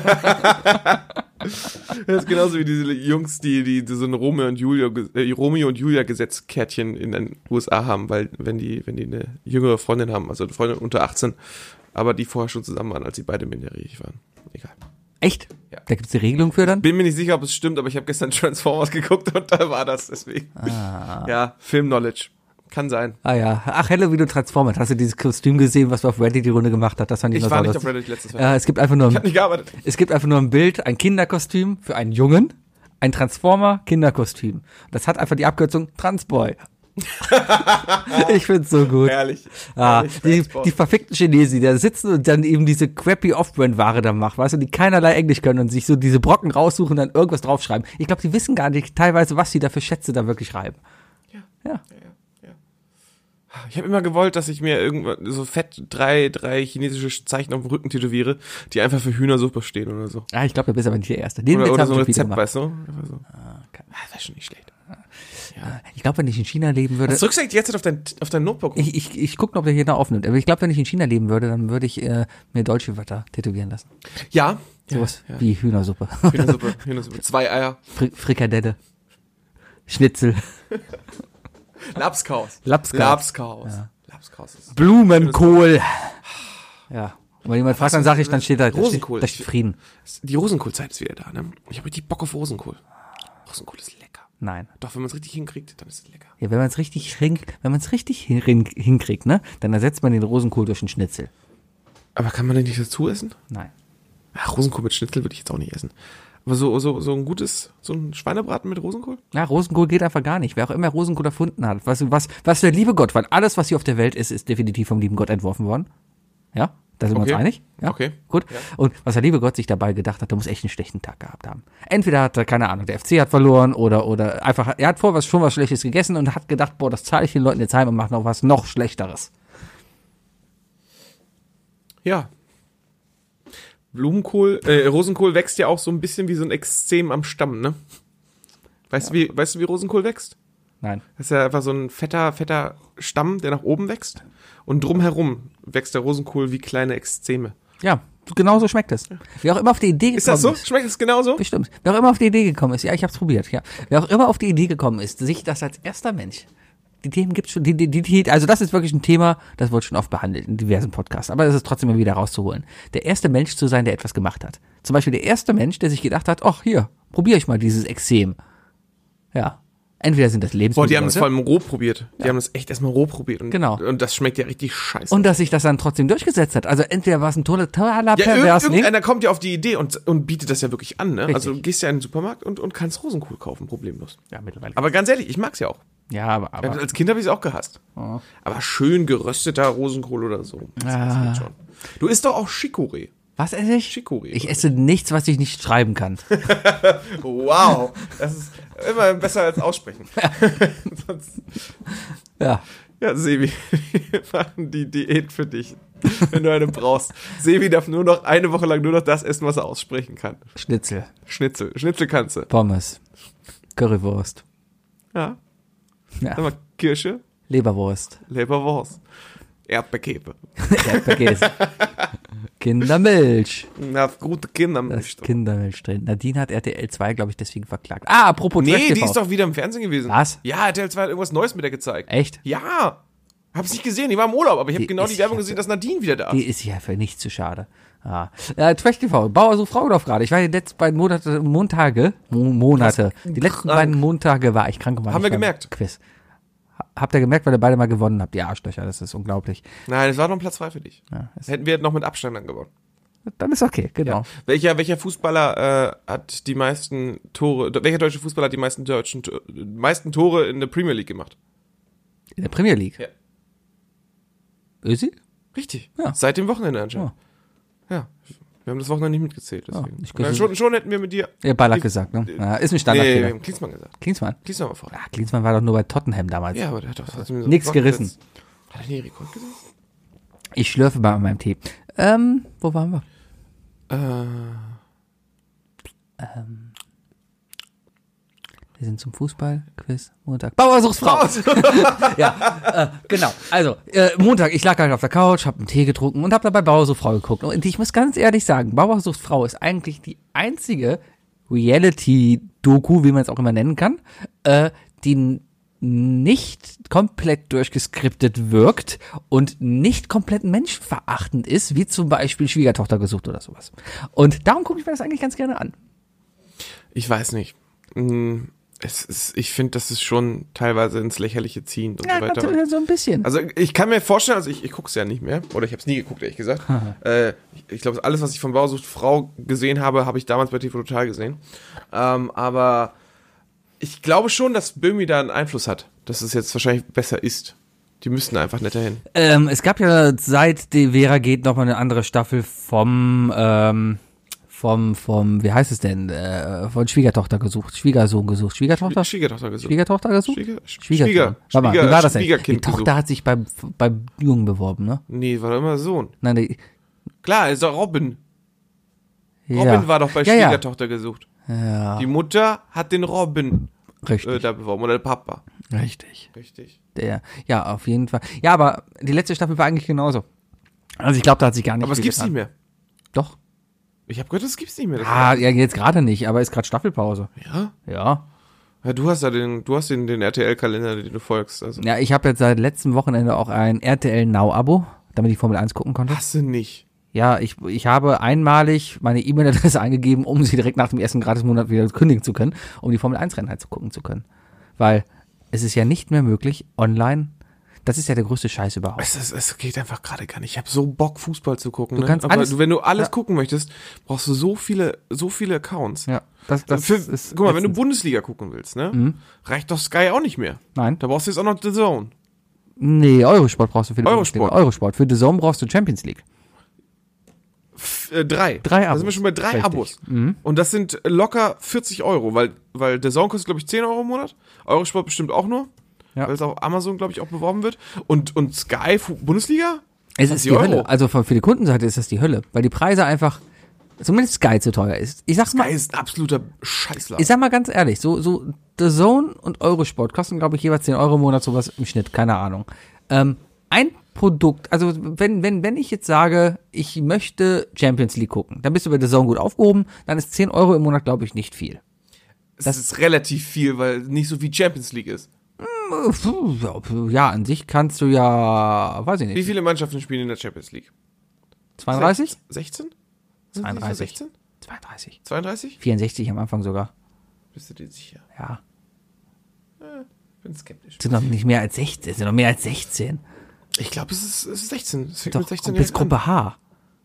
C: Das ist genauso wie diese Jungs, die, die, die so ein Romeo und Julia, äh, Romeo und Julia Gesetzkärtchen in den U S A haben, weil, wenn die, wenn die eine jüngere Freundin haben, also eine Freundin unter achtzehn, aber die vorher schon zusammen waren, als sie beide minderjährig waren. Egal.
B: Echt?
C: Ja.
B: Da gibt's die Regelung für dann?
C: Bin mir nicht sicher, ob es stimmt, aber ich habe gestern Transformers geguckt und da war das deswegen.
B: Ah.
C: Ja, Film-Knowledge. Kann sein.
B: Ah ja. Ach, Halloween und Transformers. Hast du dieses Kostüm gesehen, was auf Reddit die Runde gemacht hat? Das fand ich,
C: Ich
B: noch
C: war
B: sau
C: nicht auf
B: lustig.
C: Reddit letztes Mal.
B: Ja, es gibt einfach nur
C: Ich
B: ein,
C: habe nicht gearbeitet.
B: es gibt einfach nur ein Bild, ein Kinderkostüm für einen Jungen, ein Transformer-Kinderkostüm. Das hat einfach die Abkürzung Transboy. Ich find's so gut.
C: Herrlich.
B: Ah,
C: Herrlich.
B: die, die verfickten Chinesen, die da sitzen und dann eben diese crappy Off-Brand-Ware da machen, weißt du, die keinerlei Englisch können und sich so diese Brocken raussuchen und dann irgendwas draufschreiben. Ich glaube, die wissen gar nicht teilweise, was sie da für Schätze da wirklich schreiben.
C: Ja.
B: Ja.
C: Ja, ja, ja. Ich habe immer gewollt, dass ich mir irgendwann so fett drei, drei chinesische Zeichen auf dem Rücken tätowiere, die einfach für Hühnersuppe stehen oder so.
B: Ah, ich glaube, du bist aber nicht der Erste. Den
C: Oder,
B: Witz
C: oder
B: haben
C: so ein
B: schon viele
C: Rezept,
B: gemacht.
C: weißt du? Einfach so.
B: Ah, okay.
C: Ah, das wäre schon nicht schlecht.
B: Ich glaube, wenn ich in China leben würde,
C: Was drückst du eigentlich jetzt auf dein, auf dein Notebook?
B: ich, ich, ich gucke, ob der hier noch aufnimmt, aber ich glaube, wenn ich in China leben würde, dann würde ich äh, mir deutsche Wörter tätowieren lassen.
C: Ja.
B: Sowas
C: ja.
B: wie Hühnersuppe,
C: Hühnersuppe, Hühnersuppe. Zwei Eier.
B: Fri Frikadelle, Schnitzel,
C: Lapskaus.
B: Lapskaus.
C: Lapskaus.
B: Ja.
C: Lapskaus ist
B: Blumenkohl. Ja. Und wenn jemand fragt, dann sage ich, dann steht da, da steht,
C: Rosenkohl.
B: da steht Frieden.
C: Die Rosenkohlzeit ist wieder da, ne? Ich habe richtig Bock auf Rosenkohl. Rosenkohl ist lecker.
B: Nein.
C: Doch, wenn man es richtig hinkriegt, dann ist es lecker.
B: Ja, wenn man es richtig, hin, wenn man es richtig hin, hinkriegt, ne, dann ersetzt man den Rosenkohl durch einen Schnitzel.
C: Aber kann man den nicht dazu essen?
B: Nein.
C: Ach, Rosenkohl mit Schnitzel würde ich jetzt auch nicht essen. Aber so, so, so ein gutes, so ein Schweinebraten mit Rosenkohl?
B: Ja, Rosenkohl geht einfach gar nicht. Wer auch immer Rosenkohl erfunden hat, was, was, was der liebe Gott, weil alles, was hier auf der Welt ist, ist definitiv vom lieben Gott entworfen worden. Ja? Da sind wir
C: Okay.
B: uns einig? Ja?
C: Okay.
B: Gut.
C: Ja.
B: Und was der liebe Gott sich dabei gedacht hat, der muss echt einen schlechten Tag gehabt haben. Entweder hat er, keine Ahnung, der F C hat verloren oder, oder einfach, er hat vorher was, schon was Schlechtes gegessen und hat gedacht, boah, das zahle ich den Leuten jetzt heim und mache noch was noch Schlechteres.
C: Ja. Blumenkohl, äh, Rosenkohl wächst ja auch so ein bisschen wie so ein Extrem am Stamm, ne? Weißt du, wie, weißt du, wie Rosenkohl wächst?
B: Nein.
C: Das ist ja einfach so ein fetter, fetter Stamm, der nach oben wächst. Und drumherum wächst der Rosenkohl wie kleine Extreme.
B: Ja, genau so schmeckt es. Wer auch immer auf die Idee gekommen
C: Ist das so? Schmeckt es genauso?
B: Bestimmt. Wer auch immer auf die Idee gekommen ist, ja, ich hab's probiert, ja. Wer auch immer auf die Idee gekommen ist, sich das als erster Mensch, die Themen gibt's schon, die, die, die, also das ist wirklich ein Thema, das wurde schon oft behandelt in diversen Podcasts, aber es ist trotzdem immer wieder rauszuholen. Der erste Mensch zu sein, der etwas gemacht hat. Zum Beispiel der erste Mensch, der sich gedacht hat, ach hier, probiere ich mal dieses Exem. Ja. Entweder sind das
C: Boah,
B: Lebensmittel.
C: die haben das vor allem roh probiert. Die haben das echt erstmal roh probiert. Und,
B: Genau.
C: Und das schmeckt ja richtig scheiße.
B: Und dass sich das dann trotzdem durchgesetzt hat. Also entweder war es ein totaler, totaler
C: ja,
B: Pervers,
C: irgend, irgendeiner kommt ja auf die Idee und, und bietet das ja wirklich an, ne?
B: Richtig.
C: Also du gehst ja in den Supermarkt und, und kannst Rosenkohl kaufen, problemlos.
B: Ja, mittlerweile.
C: Aber ganz ehrlich, ich mag's ja auch.
B: Ja, aber, aber
C: Als Kind habe ich es auch gehasst.
B: Oh.
C: Aber schön gerösteter Rosenkohl oder so. Das, das
B: Ah.
C: geht schon. Du isst doch auch Chicorée.
B: was esse ich?
C: Chicorée.
B: Ich esse nichts, was ich nicht schreiben kann.
C: Wow. Das ist immer besser als aussprechen. Sonst,
B: Ja.
C: ja, Sebi, wir machen die Diät für dich, wenn du eine brauchst. Sebi darf nur noch eine Woche lang nur noch das essen, was er aussprechen kann.
B: Schnitzel,
C: Schnitzel. Schnitzel kannst du.
B: Pommes, Currywurst,
C: Ja.
B: ja.
C: Sag mal, Kirsche,
B: Leberwurst,
C: Leberwurst, Erdbeerkäse.
B: Erdbeerkäse, Kindermilch.
C: Na, gute
B: Da
C: Kindermilch.
B: ist Kindermilch drin. Nadine hat R T L zwei, glaube ich, deswegen verklagt. Ah, apropos
C: Nee,
B: Trash T V.
C: die ist doch wieder im Fernsehen gewesen.
B: Was?
C: Ja, R T L zwei hat irgendwas Neues mit der gezeigt.
B: Echt?
C: Ja. Hab's nicht gesehen, die war im Urlaub, aber ich habe
B: Die
C: genau
B: ist
C: die Werbung
B: ja-
C: gesehen, dass Nadine wieder da ist.
B: Die ist ja für nichts zu schade. Ah. Äh, Trash T V, Bauer sucht Frau drauf gerade. Ich war die letzten beiden Monate, Montage, Mo Monate, die letzten
C: krank.
B: beiden Montage war ich krank und war
C: Haben
B: nicht
C: wir
B: beim
C: gemerkt.
B: Quiz. Ha- Habt ihr gemerkt, weil ihr beide mal gewonnen habt, die Arschlöcher, das ist unglaublich.
C: Nein, es war noch ein Platz frei für dich.
B: Ja, ist,
C: Hätten wir noch mit Abstand dann gewonnen.
B: dann ist okay, genau.
C: Welcher, welcher Fußballer äh, hat die meisten Tore, welcher deutsche Fußballer hat die meisten deutschen To- meisten Tore in der Premier League gemacht?
B: In der Premier League.
C: Ja.
B: Özil?
C: Richtig.
B: Ja.
C: Seit dem Wochenende anscheinend. Ja. Wir haben das Wochenende nicht mitgezählt. Deswegen.
B: ich
C: Ja,
B: weiß-
C: schon, schon hätten wir mit dir.
B: Ja, Ballack
C: Die-
B: gesagt, ne? Ja, ist ein
C: Nee, wir
B: Standardfehler.
C: haben Klinsmann gesagt.
B: Klinsmann?
C: Klinsmann war vorher.
B: Ja, Klinsmann war doch nur bei Tottenham damals.
C: Ja, aber der hat doch trotzdem so
B: Nix
C: Rekord
B: gerissen.
C: gesetzt. Hat er nie einen Rekord gesetzt?
B: Ich schlürfe mal an meinem Tee. Ähm, wo waren wir?
C: Äh,
B: Wir sind zum Fußball-Quiz Montag. Bauer sucht Frau. ja, äh, genau. Also, äh, Montag, ich lag halt auf der Couch, hab einen Tee getrunken und hab dabei Bauer sucht Frau geguckt. Und ich muss ganz ehrlich sagen, Bauer sucht Frau ist eigentlich die einzige Reality-Doku, wie man es auch immer nennen kann, äh, die n- nicht komplett durchgeskriptet wirkt und nicht komplett menschverachtend ist, wie zum Beispiel Schwiegertochter gesucht oder sowas. Und darum gucke ich mir das eigentlich ganz gerne an.
C: ich weiß nicht. Hm, Es ist, ich finde, das ist schon teilweise ins Lächerliche ziehen und
B: Ja,
C: so weiter.
B: natürlich so ein bisschen.
C: Also ich kann mir vorstellen, also ich, ich gucke es ja nicht mehr, oder ich habe es nie geguckt, ehrlich gesagt. äh, ich ich glaube, alles, was ich von Bauer sucht Frau gesehen habe, habe ich damals bei T V Total gesehen. Ähm, aber ich glaube schon, dass Böhmi da einen Einfluss hat. dass es jetzt wahrscheinlich besser ist. Die müssten einfach netter hin.
B: Ähm, es gab ja seit die Vera geht nochmal eine andere Staffel vom, ähm, vom, vom, wie heißt es denn, äh, von Schwiegertochter gesucht, Schwiegersohn gesucht, Schwiegertochter?
C: Schwiegertochter gesucht.
B: Schwiegertochter gesucht?
C: Schwieger,
B: Schwiegersohn.
C: Schwieger,
B: Warte mal,
C: Schwieger,
B: wie war das denn? Die
C: Schwiegerkind
B: Tochter
C: gesucht.
B: hat sich beim, beim Jungen beworben, ne?
C: Nee, war doch immer Sohn.
B: Nein, die,
C: Klar, ist doch Robin.
B: ja.
C: Robin war doch bei
B: Ja, ja.
C: Schwiegertochter gesucht.
B: Ja,
C: Die Mutter hat den Robin
B: richtig,
C: äh, da beworben, oder der Papa.
B: richtig.
C: Richtig.
B: Der, ja, auf jeden Fall. Ja, aber die letzte Staffel war eigentlich genauso. Also ich glaube, da hat sich gar nicht
C: Aber es
B: viel
C: gibt's
B: getan.
C: nicht mehr.
B: Doch.
C: Ich habe gehört, das gibt's nicht mehr. Das
B: Ah, ja, jetzt gerade nicht, aber ist gerade Staffelpause.
C: ja?
B: Ja.
C: Ja, du hast ja den, du hast den, den R T L-Kalender, den du folgst. Also.
B: Ja, ich habe jetzt seit letztem Wochenende auch ein R T L Now-Abo, damit ich Formel eins gucken konnte.
C: Hast du nicht?
B: Ja, ich, ich habe einmalig meine E-Mail-Adresse eingegeben, um sie direkt nach dem ersten Gratismonat wieder kündigen zu können, um die Formel eins Rennen halt zu gucken zu können. Weil es ist ja nicht mehr möglich, online, das ist ja der größte Scheiß überhaupt.
C: Es, ist, es geht einfach gerade gar nicht. Ich habe so Bock, Fußball zu gucken.
B: Du
C: ne?
B: kannst
C: Aber
B: alles-
C: du, wenn du alles
B: ja.
C: gucken möchtest, brauchst du so viele, so viele Accounts.
B: Ja, das, das
C: Für,
B: ist.
C: guck mal, wenn du
B: ätzend.
C: Bundesliga gucken willst, ne,
B: Mhm.
C: reicht doch Sky auch nicht mehr.
B: Nein.
C: Da brauchst du jetzt auch noch The Zone.
B: Nee, Eurosport brauchst du für die
C: Eurosport.
B: Bundesliga. Eurosport. Für The Zone brauchst du Champions League.
C: F äh, drei.
B: Drei
C: Da
B: Abos.
C: sind wir schon bei drei
B: Richtig.
C: Abos.
B: Mhm.
C: Und das sind locker vierzig Euro, weil, weil The Zone kostet, glaube ich, zehn Euro im Monat. Eurosport bestimmt auch nur.
B: Ja.
C: Weil es auf Amazon, glaube ich, auch beworben wird. Und, und Sky Fu- Bundesliga?
B: Es ist die
C: Euro.
B: Hölle. Also für für die Kundenseite ist das die Hölle, weil die Preise einfach, zumindest Sky zu teuer ist. Ich sag's mal,
C: Sky ist ein absoluter Scheißladen.
B: ich sag mal ganz ehrlich, so, so The Zone und Eurosport kosten, glaube ich, jeweils zehn Euro im Monat, sowas im Schnitt, keine Ahnung. Ähm, ein Produkt, also wenn, wenn, wenn ich jetzt sage, ich möchte Champions League gucken, dann bist du bei The Zone gut aufgehoben, dann ist zehn Euro im Monat, glaube ich, nicht viel.
C: das ist relativ viel, weil nicht so wie Champions League ist.
B: Ja, an sich kannst du ja, weiß ich
C: Wie
B: nicht,
C: viele Mannschaften spielen in der Champions League?
B: zweiunddreißig?
C: sechzehn?
B: zweiunddreißig.
C: sechzehn?
B: zweiunddreißig.
C: zweiunddreißig?
B: vierundsechzig am Anfang sogar.
C: Bist du dir sicher?
B: Ja.
C: Bin skeptisch.
B: Sind noch nicht mehr als sechzehn, sind noch mehr als sechzehn.
C: Ich glaube, es ist, es ist sechzehn. Es fängt
B: Doch,
C: mit sechzehn
B: bis
C: direkt an.
B: Gruppe H.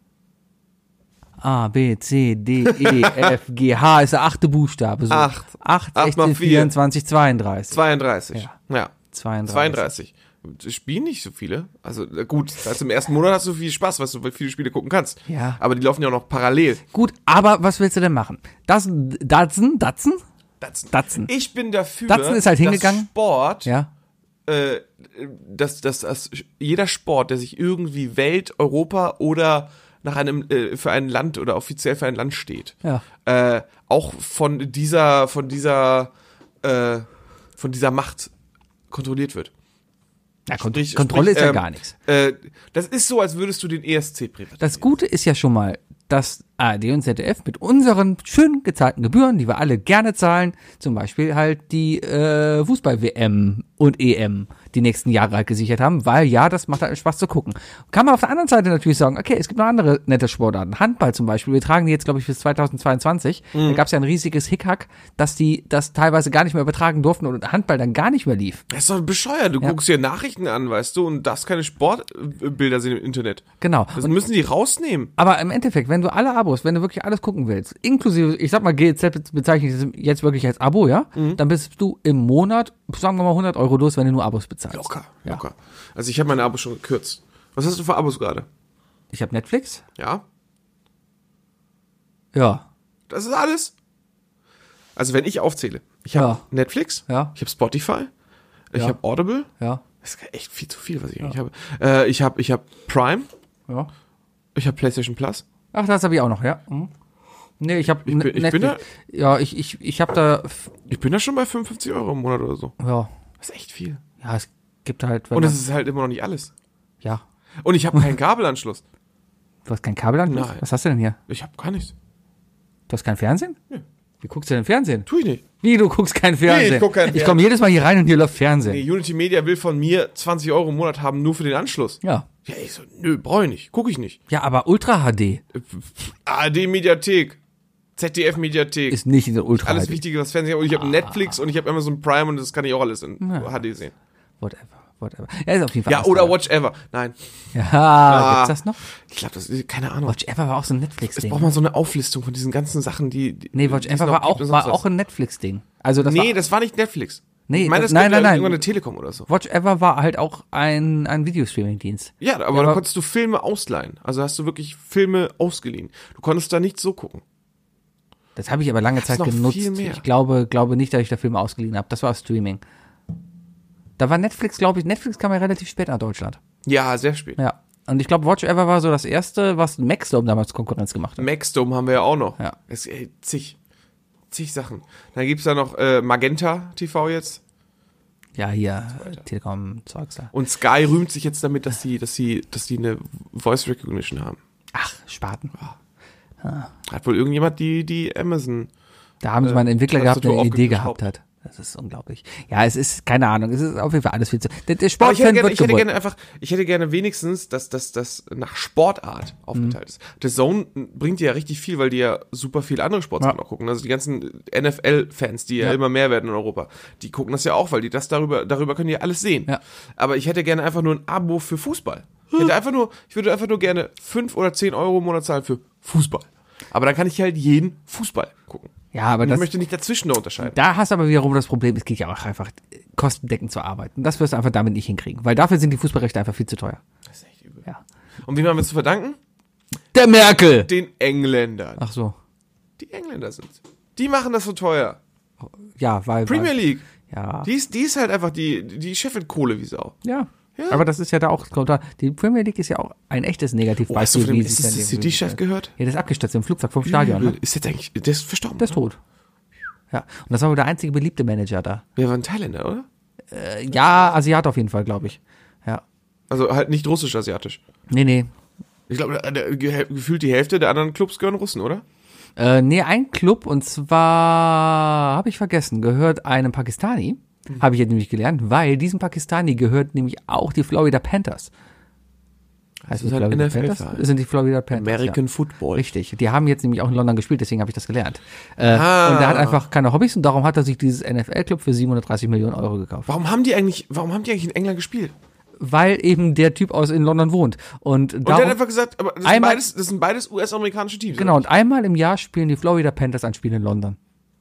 B: A, B, C, D, E, F, G, H ist der achte Buchstabe. So.
C: Acht.
B: acht,
C: Acht mal
B: sechzehn,
C: vier.
B: vierundzwanzig, zweiunddreißig.
C: zweiunddreißig.
B: Ja.
C: Ja.
B: zweiunddreißig.
C: zweiunddreißig. Es spielen nicht so viele. Also äh, gut, also im ersten Monat hast du viel Spaß, weil du viele Spiele gucken kannst.
B: Ja.
C: Aber die laufen ja auch noch parallel.
B: Gut, aber was willst du denn machen? Das, Datsen, Datsen?
C: Datsen.
B: Datsen.
C: Ich bin dafür,
B: Datsen ist halt hingegangen.
C: dass Sport,
B: Ja.
C: äh, dass, dass, dass jeder Sport, der sich irgendwie Welt, Europa oder nach einem äh, für ein Land oder offiziell für ein Land steht,
B: Ja.
C: äh, auch von dieser von dieser äh, von dieser Macht kontrolliert wird.
B: Ja, Kont
C: Sprich-
B: Kontrolle
C: sprich,
B: ist ja
C: ähm,
B: gar nichts.
C: Äh, das ist so, als würdest du den E S C privatisieren.
B: Das Gute ist ja schon mal, dass A R D und Z D F mit unseren schön gezahlten Gebühren, die wir alle gerne zahlen, zum Beispiel halt die äh, Fußball-W M und E M die nächsten Jahre halt gesichert haben, weil ja, das macht halt Spaß zu gucken. Kann man auf der anderen Seite natürlich sagen, okay, es gibt noch andere nette Sportarten. Handball zum Beispiel, wir tragen die jetzt, glaube ich, bis zweitausendzweiundzwanzig. Da gab es ja ein riesiges Hickhack, dass die das teilweise gar nicht mehr übertragen durften und Handball dann gar nicht mehr lief.
C: Das ist doch bescheuert. Du
B: Ja.
C: guckst dir Nachrichten an, weißt du, und darfst keine Sportbilder sehen im Internet.
B: Genau.
C: Das müssen die rausnehmen.
B: Aber im Endeffekt, wenn du alle Abos, wenn du wirklich alles gucken willst, inklusive, ich sag mal, G Z bezeichne ich das jetzt wirklich als Abo, ja, dann bist du im Monat, sagen wir mal, hundert Euro los, wenn du nur Abos bezahlst.
C: Locker,
B: Ja.
C: locker. Also ich habe meine Abos schon gekürzt. Was hast du für Abos gerade?
B: Ich habe Netflix,
C: Ja?
B: ja,
C: Das ist alles? Also wenn ich aufzähle, ich habe
B: Ja.
C: Netflix,
B: Ja.
C: ich habe Spotify, ich
B: Ja.
C: habe Audible,
B: ja,
C: das ist echt viel zu viel, was ich eigentlich habe. Äh, ich habe ich habe Prime,
B: ja.
C: ich habe PlayStation Plus.
B: Ach, das habe ich auch noch, ja. Mhm. Nee, ich habe
C: Ich bin- ich bin da-
B: ja, ich, ich, ich habe da,
C: Ich bin da schon bei fünfundfünfzig Euro im Monat oder so.
B: ja,
C: Das ist echt viel.
B: ja, es gibt halt, wenn
C: Und
B: man,
C: das ist halt immer noch nicht alles.
B: ja,
C: Und ich habe keinen Kabelanschluss.
B: du hast kein Kabelanschluss?
C: Nein.
B: Was hast du denn hier?
C: Ich habe gar nichts.
B: Du hast kein Fernsehen?
C: Ja.
B: Wie guckst du denn Fernsehen?
C: Tu ich nicht.
B: Wie, du guckst kein Fernsehen?
C: ich guck kein
B: Ich komme jedes Mal hier rein und hier läuft Fernsehen.
C: Nee, Unity Media will von mir zwanzig Euro im Monat haben, nur für den Anschluss.
B: Ja.
C: Ja, ich so, nö, brauche ich nicht. Gucke ich nicht.
B: Ja, aber Ultra H D
C: A R D-Mediathek, Z D F-Mediathek.
B: ist nicht in der Ultra
C: Alles
B: H D.
C: Wichtige, was Fernsehen. Und ich habe Netflix und ich habe Amazon Prime und das kann ich auch alles in H D sehen.
B: Whatever, whatever. Ja, ist auf jeden Fall.
C: Ja,
B: alles
C: oder
B: teuer.
C: Watch Ever. Nein.
B: Ja,
C: Ah.
B: gibt's das noch?
C: Ich glaube, das ist, keine Ahnung.
B: Watch Ever war auch so ein
C: Es
B: Netflix-Ding.
C: braucht mal so eine Auflistung von diesen ganzen Sachen, die. die
B: Nee, Watch
C: die es
B: Ever
C: noch
B: war
C: gibt
B: auch,
C: und
B: war
C: sonst
B: auch
C: was.
B: ein Netflix-Ding. Also das
C: Nee,
B: war,
C: das war nicht Netflix.
B: Nee,
C: ich meine, das
B: nein, nein, nein.
C: irgendwann eine Telekom oder so.
B: Watch Ever war halt auch ein, ein Videostreaming-Dienst.
C: Ja, aber
B: Ja,
C: da
B: aber-
C: konntest du Filme ausleihen. Also hast du wirklich Filme ausgeliehen. Du konntest da nicht so gucken.
B: Das habe ich aber lange Zeit
C: noch
B: genutzt.
C: viel mehr.
B: Ich glaube, glaube nicht, dass ich da Filme ausgeliehen habe. Das war Streaming. Da war Netflix, glaube ich, Netflix kam ja relativ spät nach Deutschland.
C: Ja, sehr spät.
B: Ja. Und ich glaube, Watch Ever war so das erste, was Maxdome damals Konkurrenz gemacht hat.
C: Maxdome haben wir ja auch noch.
B: Ja.
C: Es, ey, zig. Zig Sachen. Dann gibt's da noch äh, Magenta T V jetzt.
B: Ja, hier, Telekom, Zeugs da.
C: Und Sky rühmt sich jetzt damit, dass sie, dass sie, dass sie eine Voice Recognition haben.
B: Ach, Spaten.
C: Hat wohl irgendjemand die, die Amazon.
B: Da haben sie mal einen Entwickler
C: Äh,
B: gehabt, der eine
C: Tastatur
B: Idee gehabt
C: aufgeschraubt.
B: hat. Das ist unglaublich. Ja, es ist, keine Ahnung, es ist auf jeden Fall alles viel zu. Der, der
C: Aber ich hätte
B: Sportfan
C: gerne,
B: wird
C: ich hätte
B: gewollt.
C: gerne einfach, ich hätte gerne wenigstens, dass das dass nach Sportart aufgeteilt ist. The Zone bringt dir ja richtig viel, weil die ja super viel andere Sportarten
B: Ja.
C: auch gucken. Also die ganzen N F L-Fans, die ja,
B: Ja.
C: immer mehr werden in Europa, die gucken das ja auch, weil die das darüber, darüber können die ja alles sehen.
B: Ja.
C: Aber ich hätte gerne einfach nur ein Abo für Fußball. Ich hätte einfach nur, ich würde einfach nur gerne fünf oder zehn Euro im Monat zahlen für Fußball. Aber dann kann ich halt jeden Fußball gucken.
B: Ja, aber
C: Und ich
B: das,
C: möchte nicht dazwischen da unterscheiden.
B: da hast du aber wiederum das Problem, es geht ja auch einfach kostendeckend zu arbeiten. Das wirst du einfach damit nicht hinkriegen, weil dafür sind die Fußballrechte einfach viel zu teuer.
C: Das ist echt übel.
B: Ja.
C: Und wem haben wir es zu verdanken?
B: Der Merkel!
C: Den Engländern.
B: Ach so.
C: Die Engländer sind. Die machen das so teuer.
B: Ja, weil.
C: Premier
B: weil,
C: League.
B: Ja.
C: Die ist, die ist halt einfach die, die Chefin Kohle wie Sau.
B: Ja.
C: Ja.
B: Aber das ist ja da auch, die Premier League ist ja auch ein echtes Negativbeispiel.
C: Oh, hast du von dem
B: wie sie dann eben-
C: City-Chef gehört?
B: Ja, der ist abgestürzt im Flugzeug vom Stadion.
C: Übel.
B: Ne?
C: Ist jetzt eigentlich, der ist verstorben.
B: Der ist tot. Ja. Und das war wohl der einzige beliebte Manager da.
C: Wer war ein Thailänder, oder?
B: Äh, ja, Asiat auf jeden Fall, glaube ich. Ja.
C: Also halt nicht russisch-asiatisch.
B: Nee, nee.
C: Ich glaube, der- der- ge- gefühlt die Hälfte der anderen Clubs gehören Russen, oder?
B: Äh, nee, ein Club, und zwar, habe ich vergessen, gehört einem Pakistani.
C: Mhm.
B: Habe ich jetzt nämlich gelernt, weil diesem Pakistani gehört nämlich auch die Florida Panthers. Heißt
C: ist
B: die
C: halt
B: Florida
C: N F L
B: Panthers?
C: Verein.
B: Das sind die Florida Panthers.
C: American
B: ja.
C: Football.
B: Richtig. Die haben jetzt nämlich auch in London gespielt, deswegen habe ich das gelernt. Äh,
C: Ah.
B: Und der hat einfach keine Hobbys und darum hat er sich dieses N F L-Club für siebenhundertdreißig Millionen Euro gekauft.
C: Warum haben die eigentlich, warum haben die eigentlich in England gespielt?
B: Weil eben der Typ aus in London wohnt. Und,
C: Und der hat
B: darum,
C: einfach gesagt, aber das, sind
B: Einmal-
C: beides, das sind beides U S-amerikanische Teams.
B: genau,
C: oder?
B: und einmal im Jahr spielen die Florida Panthers ein Spiel in London.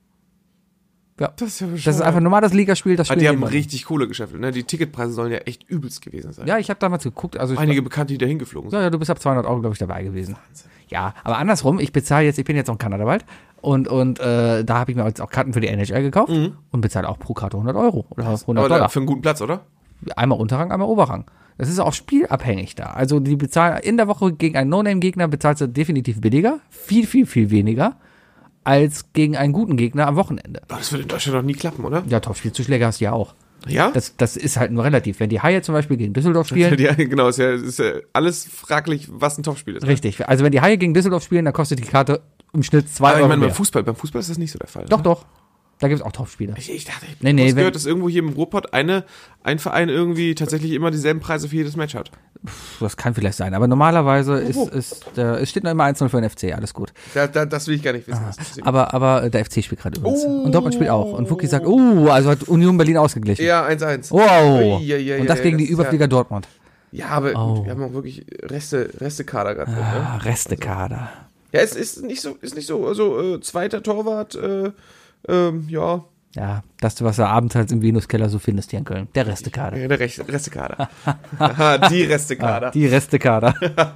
B: Ja.
C: Das ist ja
B: Das ist einfach ein normales Ligaspiel, das
C: Ah,
B: spielen
C: die
B: die
C: haben
B: in London.
C: richtig Kohle gescheffelt, ne? Die Ticketpreise sollen ja echt übelst gewesen sein.
B: Ja, ich habe damals geguckt. Also ich
C: Einige Bekannte, die da hingeflogen sind.
B: Ja, ja, du bist ab zweihundert Euro, glaube ich, dabei gewesen. Ja, aber andersrum, ich bezahle jetzt, ich bin jetzt auch in Kanada bald und, und äh, da habe ich mir jetzt auch Karten für die N H L gekauft und bezahle auch pro Karte hundert Euro oder hundert
C: Aber
B: Dollar.
C: da, für einen guten Platz, oder?
B: Einmal Unterrang, einmal Oberrang. Das ist auch spielabhängig da. Also die bezahlen in der Woche gegen einen No-Name-Gegner bezahlst du definitiv billiger, viel, viel, viel weniger als gegen einen guten Gegner am Wochenende.
C: Aber das wird in Deutschland doch nie klappen, oder?
B: Ja, Topspielzuschläge hast du ja auch.
C: Ja?
B: Das, das ist halt nur relativ. Wenn die Haie zum Beispiel gegen Düsseldorf spielen,
C: ja, genau, ist ja, ist ja alles fraglich, was ein Topspiel ist. ne?
B: richtig. Also wenn die Haie gegen Düsseldorf spielen, dann kostet die Karte im Schnitt zwei
C: Aber ich
B: Euro
C: meine,
B: mehr.
C: beim Fußball, beim Fußball ist das nicht so der Fall.
B: Doch,
C: ne?
B: doch. Da gibt es auch Topspiele.
C: Ich, ich dachte, ich
B: Nee,
C: nee,
B: nee,
C: nee,
B: wenn-
C: gehört, dass irgendwo hier im Ruhrpott eine, ein Verein irgendwie tatsächlich immer dieselben Preise für jedes Match hat.
B: Das kann vielleicht sein. Aber normalerweise ist,
C: wo?
B: ist der, es steht noch immer eins null für den F C, alles gut.
C: Da, da, das will ich gar nicht wissen. Das interessiert mich.
B: Aber, aber der F C spielt gerade übrigens.
C: Oh.
B: Und Dortmund spielt auch. Und Wookie sagt, oh, also hat Union Berlin ausgeglichen.
C: Ja, eins eins.
B: Wow.
C: Ui, ja, ja,
B: Und das
C: ja,
B: gegen
C: das
B: die
C: ist
B: Überflieger Dortmund.
C: Ja, aber
B: Oh.
C: gut, wir haben auch wirklich Reste, Restekader gerade drin.
B: Ah,
C: Ne?
B: Restekader.
C: Ja, es ist nicht so, ist nicht so, also äh, zweiter Torwart, äh, ähm, ja,
B: Ja, das, was du abends halt im Venuskeller so findest hier in Köln. Der Restekader.
C: ja, der Rest, Restekader. Aha, die Restekader.
B: Die Restekader.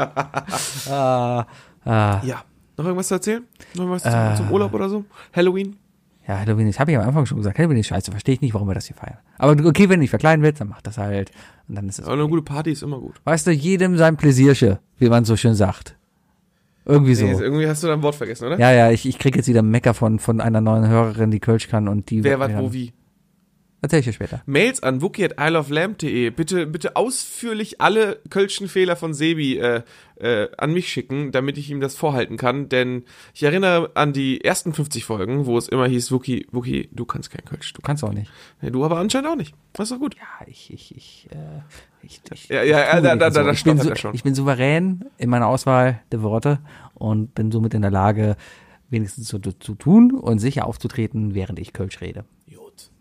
B: ah, ah.
C: Ja. Noch irgendwas zu erzählen? Noch irgendwas
B: Äh.
C: zum, zum Urlaub oder so? Halloween?
B: Ja, Halloween ist, habe ich am Anfang schon gesagt, Halloween ist scheiße, verstehe ich nicht, warum wir das hier feiern. Aber okay, wenn du dich verkleiden willst, dann mach das halt. Und dann ist es.
C: Aber eine gute Party ist immer gut.
B: Weißt du, jedem sein Pläsierchen, wie man so schön sagt. Irgendwie so.
C: Nee, irgendwie hast du dein Wort vergessen, oder?
B: Ja, ja, ich, ich krieg jetzt wieder Mecker von, von einer neuen Hörerin, die Kölsch kann und die.
C: Wer, was,
B: ja,
C: wo, wie?
B: Erzähl ich dir später.
C: Mails an wookie at isleoflamp punkt de. Bitte, bitte ausführlich alle Kölschen Fehler von Sebi äh, äh, an mich schicken, damit ich ihm das vorhalten kann. Denn ich erinnere an die ersten fünfzig Folgen, wo es immer hieß, Wookie, Wookie, du kannst kein Kölsch. Du,
B: Du kannst auch nicht.
C: nee, du aber anscheinend auch nicht. Das ist doch gut.
B: Ja, ich, ich, ich, äh, ich, ich,
C: Ja, ja, ja,
B: tu
C: da-
B: nicht
C: da-
B: so.
C: da- da
B: ich, bin
C: stottert
B: so,
C: er schon.
B: ich bin souverän in meiner Auswahl der Worte und bin somit in der Lage, wenigstens so zu, zu tun und sicher aufzutreten, während ich Kölsch rede.
C: Gut.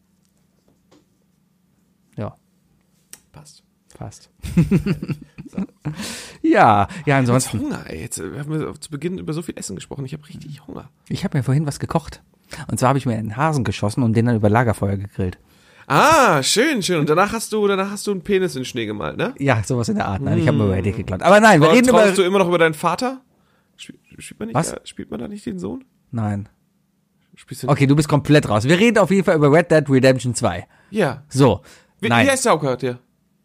B: Ja,
C: Passt.
B: passt. ja, ja,
C: Jetzt
B: ansonsten.
C: Hunger, ey. Jetzt äh, haben wir zu Beginn über so viel Essen gesprochen. Ich habe richtig Hunger.
B: Ich habe mir vorhin was gekocht. Und zwar habe ich mir einen Hasen geschossen und den dann über Lagerfeuer gegrillt.
C: Ah, schön, schön. Und danach hast du, danach hast du einen Penis in den Schnee gemalt, ne?
B: Ja, sowas in der Art. Nein, ich habe mir über Dick geklaut. Aber nein, wir
C: Aber
B: reden über...
C: traust du immer noch über deinen Vater? Spiel, spielt, man nicht,
B: Was?
C: Da, spielt man da nicht den Sohn?
B: Nein.
C: Spielst du
B: Okay, du bist komplett raus. Wir reden auf jeden Fall über Red Dead Redemption zwei.
C: Ja.
B: So.
C: Wie,
B: nein.
C: wie heißt der Hauptcharakter?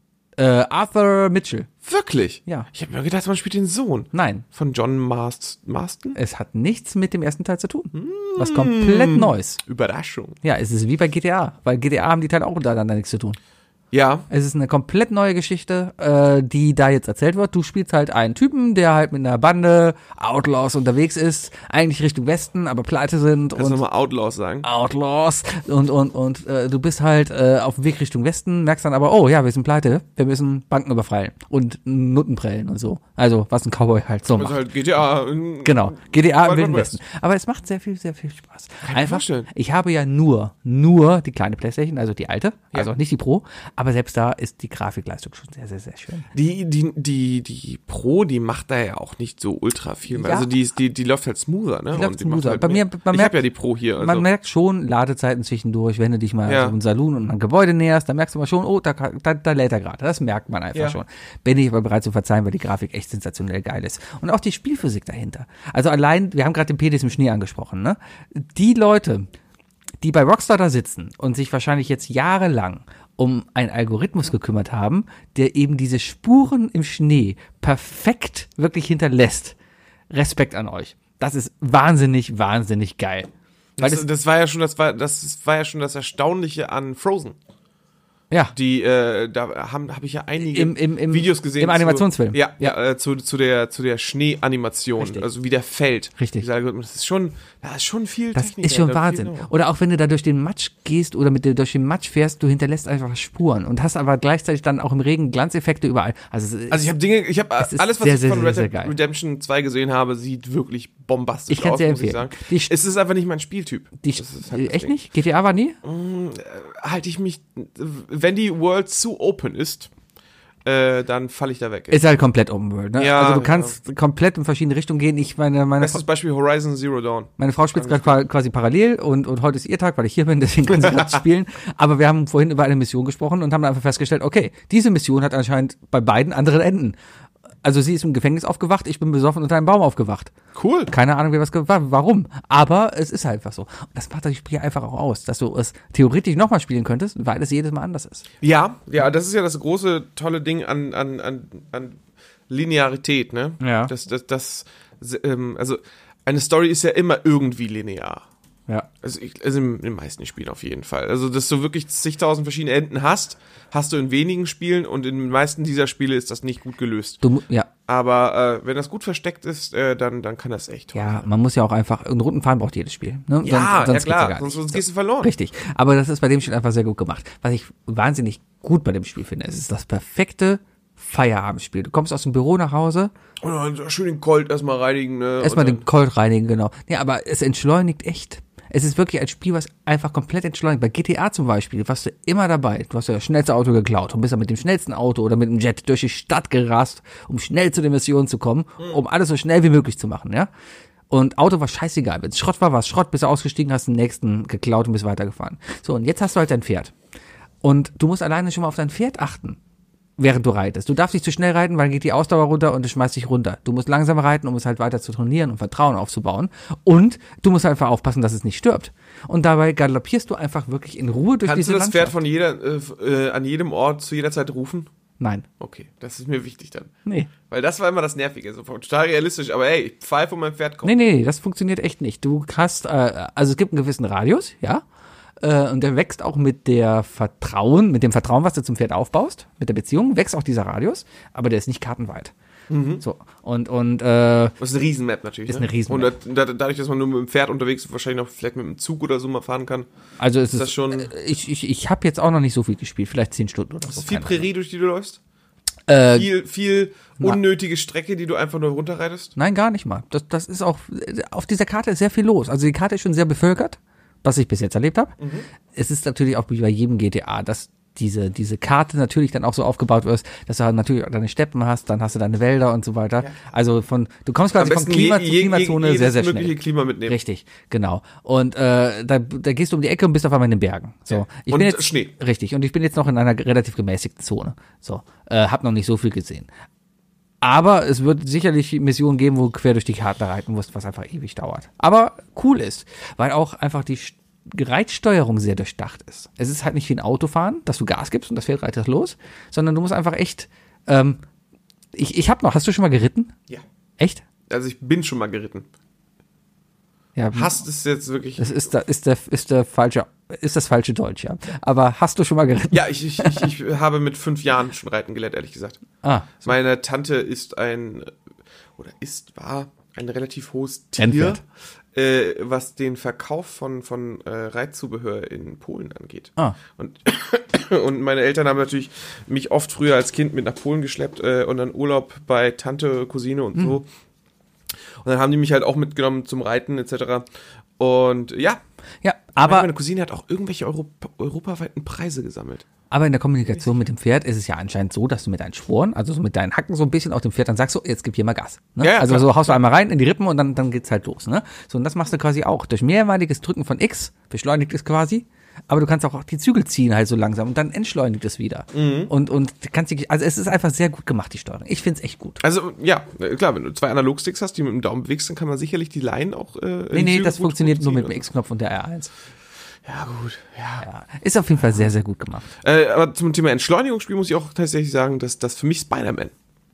B: Äh, Arthur Mitchell.
C: Wirklich?
B: Ja.
C: Ich habe mir gedacht, man spielt den Sohn.
B: Nein.
C: Von John Mast Marston?
B: Es hat nichts mit dem ersten Teil zu tun. Was komplett Neues.
C: Überraschung.
B: Ja, es ist wie bei G T A. Weil G T A haben die Teile auch untereinander nichts zu tun.
C: Ja.
B: Es ist eine komplett neue Geschichte, äh, die da jetzt erzählt wird. Du spielst halt einen Typen, der halt mit einer Bande Outlaws unterwegs ist, eigentlich Richtung Westen, aber pleite sind.
C: Kannst du
B: und
C: nochmal Outlaws sagen?
B: Outlaws und und und äh, du bist halt äh, auf dem Weg Richtung Westen, merkst dann aber, oh ja, wir sind pleite, wir müssen Banken überfallen und Nutten prellen und so. Also, was ein Cowboy halt so
C: Also
B: macht.
C: halt G T A. in-
B: Genau, G T A im
C: Wild
B: Wilden
C: Wild
B: Westen. Aber es macht sehr viel, sehr viel Spaß.
C: Kann ich mir
B: Einfach,
C: vorstellen.
B: ich habe ja nur, nur die kleine Playstation, also die alte, also nicht die Pro, aber selbst da ist die Grafikleistung schon sehr, sehr, sehr schön.
C: Die, die, die, die Pro, die macht da ja auch nicht so ultra viel.
B: Ja.
C: Also die, ist, die, die läuft halt smoother, ne?
B: Die läuft
C: Und die macht
B: smoother.
C: Halt
B: Bei
C: mehr.
B: mir- man
C: ich
B: merkt-
C: habe ja die Pro hier. Also.
B: Man merkt schon Ladezeiten zwischendurch, wenn du dich mal
C: Ja.
B: so einen Saloon und ein Gebäude näherst, dann merkst du mal schon, oh, da, da, da lädt er gerade. Das merkt man einfach
C: Ja.
B: schon. Bin ich aber bereit zu verzeihen, weil die Grafik echt sensationell geil ist. Und auch die Spielphysik dahinter. Also allein, wir haben gerade den Penis im Schnee angesprochen, ne? Die Leute, die bei Rockstar da sitzen und sich wahrscheinlich jetzt jahrelang um einen Algorithmus gekümmert haben, der eben diese Spuren im Schnee perfekt wirklich hinterlässt. Respekt an euch. Das ist wahnsinnig, wahnsinnig geil. Weil
C: das,
B: das,
C: das war ja schon, das war, das war ja schon das Erstaunliche an Frozen.
B: ja,
C: Die, äh, da haben habe ich ja einige
B: Im- im- im-
C: Videos gesehen.
B: im Animationsfilm.
C: Zu, ja,
B: Ja.
C: ja, äh, zu, zu der, zu der Schneeanimation,
B: Richtig.
C: also wie der fällt.
B: Richtig.
C: Dieser Algorithmus. Das ist schon, da ist schon viel
B: das
C: Technik.
B: ist schon
C: dahinter,
B: Wahnsinn.
C: viel Know-how.
B: Oder auch wenn du da durch den Matsch gehst oder mit dir durch den Matsch fährst, du hinterlässt einfach Spuren und hast aber gleichzeitig dann auch im Regen Glanzeffekte überall. Also, es ist-
C: Also ich habe Dinge, ich habe
B: Es ist
C: alles, was
B: sehr,
C: ich
B: sehr,
C: von
B: sehr,
C: Red
B: sehr
C: Dead
B: geil.
C: Redemption zwei gesehen habe, sieht wirklich bombastisch
B: Ich kann's
C: aus,
B: dir
C: muss ich
B: empfehlen.
C: sagen.
B: Die-
C: es ist einfach nicht mein Spieltyp.
B: die,
C: Das ist halt das
B: echt
C: Ding.
B: nicht? G T A war nie?
C: Halte ich mich, wenn die World zu open ist, äh, dann falle ich da weg.
B: Ist halt komplett Open World, ne?
C: Ja,
B: also du kannst komplett in verschiedene Richtungen gehen. Ich meine, meine,
C: Bestes Beispiel Horizon Zero Dawn.
B: meine Frau spielt gerade quasi parallel und, und heute ist ihr Tag, weil ich hier bin, deswegen kann sie gerade spielen. Aber wir haben vorhin über eine Mission gesprochen und haben einfach festgestellt, okay, diese Mission hat anscheinend bei beiden andere Enden. Also sie ist im Gefängnis aufgewacht, ich bin besoffen unter einem Baum aufgewacht.
C: Cool.
B: Keine Ahnung, wer was ge- war, warum. Aber es ist halt einfach so. Und das macht das Spiel einfach auch aus, dass du es theoretisch nochmal spielen könntest, weil es jedes Mal anders ist.
C: Ja, ja, das ist ja das große, tolle Ding an, an, an, an Linearität, ne?
B: Ja.
C: Das, das, das, ähm, also eine Story ist ja immer irgendwie linear.
B: Ja.
C: Also, ich, also in den meisten Spielen auf jeden Fall. Also, dass du wirklich zigtausend verschiedene Enden hast, hast du in wenigen Spielen und in den meisten dieser Spiele ist das nicht gut gelöst.
B: Du, mu- ja.
C: Aber äh, wenn das gut versteckt ist, äh, dann, dann kann das echt toll
B: Ja, man muss ja auch einfach, einen roten Faden braucht jedes Spiel. Ne?
C: Ja,
B: sonst,
C: ja klar,
B: geht's gar
C: sonst,
B: nicht.
C: sonst gehst du verloren.
B: Richtig. Aber das ist bei dem Spiel einfach sehr gut gemacht. Was ich wahnsinnig gut bei dem Spiel finde, es ist das perfekte Feierabendspiel. Du kommst aus dem Büro nach Hause,
C: Und dann schön den Colt erstmal reinigen, ne?
B: erstmal
C: Und
B: den Colt reinigen, genau. Nee, aber es entschleunigt echt. Es ist wirklich ein Spiel, was einfach komplett entschleunigt. Bei G T A zum Beispiel warst du immer dabei. Du hast ja das schnellste Auto geklaut und bist dann mit dem schnellsten Auto oder mit dem Jet durch die Stadt gerast, um schnell zu den Missionen zu kommen, um alles so schnell wie möglich zu machen, ja. Und Auto war scheißegal. Wenn es Schrott war, war es Schrott, bist du ausgestiegen, hast den nächsten geklaut und bist weitergefahren. So, und jetzt hast du halt dein Pferd. Und du musst alleine schon mal auf dein Pferd achten, während du reitest. Du darfst nicht zu schnell reiten, weil dann geht die Ausdauer runter und du schmeißt dich runter. Du musst langsam reiten, um es halt weiter zu trainieren und Vertrauen aufzubauen. Und du musst einfach aufpassen, dass es nicht stirbt. Und dabei galoppierst du einfach wirklich in Ruhe durch
C: Kannst
B: diese
C: du das
B: Landschaft.
C: Pferd von jeder, äh, äh, an jedem Ort zu jeder Zeit rufen?
B: Nein.
C: Okay, das ist mir wichtig dann.
B: Nee.
C: Weil das war immer das Nervige, so total realistisch, aber ey, ich pfeife und mein Pferd kommt.
B: Nee, nee, nee, das funktioniert echt nicht. Du hast, äh, also es gibt einen gewissen Radius, ja. Äh, und der wächst auch mit der Vertrauen, mit dem Vertrauen, was du zum Pferd aufbaust, mit der Beziehung, wächst auch dieser Radius, aber der ist nicht kartenweit. So, und, und, äh,
C: Das ist eine Riesenmap natürlich.
B: Ist
C: ne?
B: eine Riesenmap.
C: Und da, da, dadurch, dass man nur mit dem Pferd unterwegs ist, wahrscheinlich noch vielleicht mit dem Zug oder so mal fahren kann.
B: also es
C: Ist
B: ist,
C: das schon-
B: äh, ich, ich, ich habe jetzt auch noch nicht so viel gespielt, vielleicht zehn Stunden oder
C: Das
B: so.
C: ist viel
B: keine
C: Prärie, durch die du läufst.
B: Ahnung. Äh,
C: Viel, viel
B: na.
C: unnötige Strecke, die du einfach nur runterreitest.
B: Nein, gar nicht mal. Das, das ist auch, auf dieser Karte ist sehr viel los. Also die Karte ist schon sehr bevölkert, was ich bis jetzt erlebt habe.
C: Mhm.
B: Es ist natürlich auch wie bei jedem G T A, dass diese, diese Karte natürlich dann auch so aufgebaut wird, dass du halt natürlich auch deine Steppen hast, dann hast du deine Wälder und so weiter. Ja. Also von, du kommst quasi von Klima je, zu Klimazone je, je, sehr, sehr schnell.
C: Mögliche Klima mitnehmen.
B: Richtig, genau. Und äh, da, da gehst du um die Ecke und bist auf einmal in den Bergen. So,
C: ja.
B: ich
C: und
B: bin jetzt,
C: Schnee.
B: Richtig, und ich bin jetzt noch in einer relativ gemäßigten Zone. So, äh, hab noch nicht so viel gesehen. Aber es wird sicherlich Missionen geben, wo du quer durch die Karte reiten musst, was einfach ewig dauert. Aber cool ist, weil auch einfach die Reitsteuerung sehr durchdacht ist. Es ist halt nicht wie ein Autofahren, dass du Gas gibst und das Pferd reitet los, sondern du musst einfach echt, ähm, ich, ich hab noch, hast du schon mal geritten?
C: Ja.
B: Echt?
C: Also ich bin schon mal geritten.
B: Ja,
C: hast es jetzt wirklich?
B: Das ist, da, ist, der, ist, der falsche, ist das falsche Deutsch, ja. Aber hast du schon mal geritten?
C: Ja, ich, ich, ich, ich habe mit fünf Jahren schon reiten gelernt, ehrlich gesagt.
B: Ah. So.
C: Meine Tante ist ein, oder ist, war ein relativ hohes Tier,
B: Rennpferd.
C: äh, was den Verkauf von, von äh, Reitzubehör in Polen angeht.
B: Ah.
C: Und, und meine Eltern haben natürlich mich oft früher als Kind mit nach Polen geschleppt äh, und dann Urlaub bei Tante, Cousine und so. Und dann haben die mich halt auch mitgenommen zum Reiten et cetera. Und ja,
B: ja, aber
C: meine Cousine hat auch irgendwelche Europa, europaweiten Preise gesammelt.
B: Aber in der Kommunikation mit dem Pferd ist es ja anscheinend so, dass du mit deinen Sporen, also so mit deinen Hacken so ein bisschen auf dem Pferd dann sagst, so, jetzt gib hier mal Gas. Ne?
C: Ja, ja,
B: also
C: klar.
B: so haust du einmal rein in die Rippen und dann, dann geht's halt los. Ne? So, und das machst du quasi auch. Durch mehrmaliges Drücken von X beschleunigt es quasi. Aber du kannst auch die Zügel ziehen halt so langsam und dann entschleunigt es wieder. Mhm. Und, und kannst die, also es ist einfach sehr gut gemacht, die Steuerung. Ich find's echt gut.
C: Also, ja, klar, wenn du zwei Analogsticks hast, die mit dem Daumen bewegst, dann kann man sicherlich die Line auch, äh,
B: Nee, nee, das
C: gut,
B: funktioniert
C: gut
B: nur mit
C: ziehen
B: dem X-Knopf und der R eins.
C: Ja, gut, ja.
B: Ja, ist auf jeden Fall sehr, sehr gut gemacht.
C: Äh, aber zum Thema Entschleunigungsspiel muss ich auch tatsächlich sagen, dass das für mich Spider-Man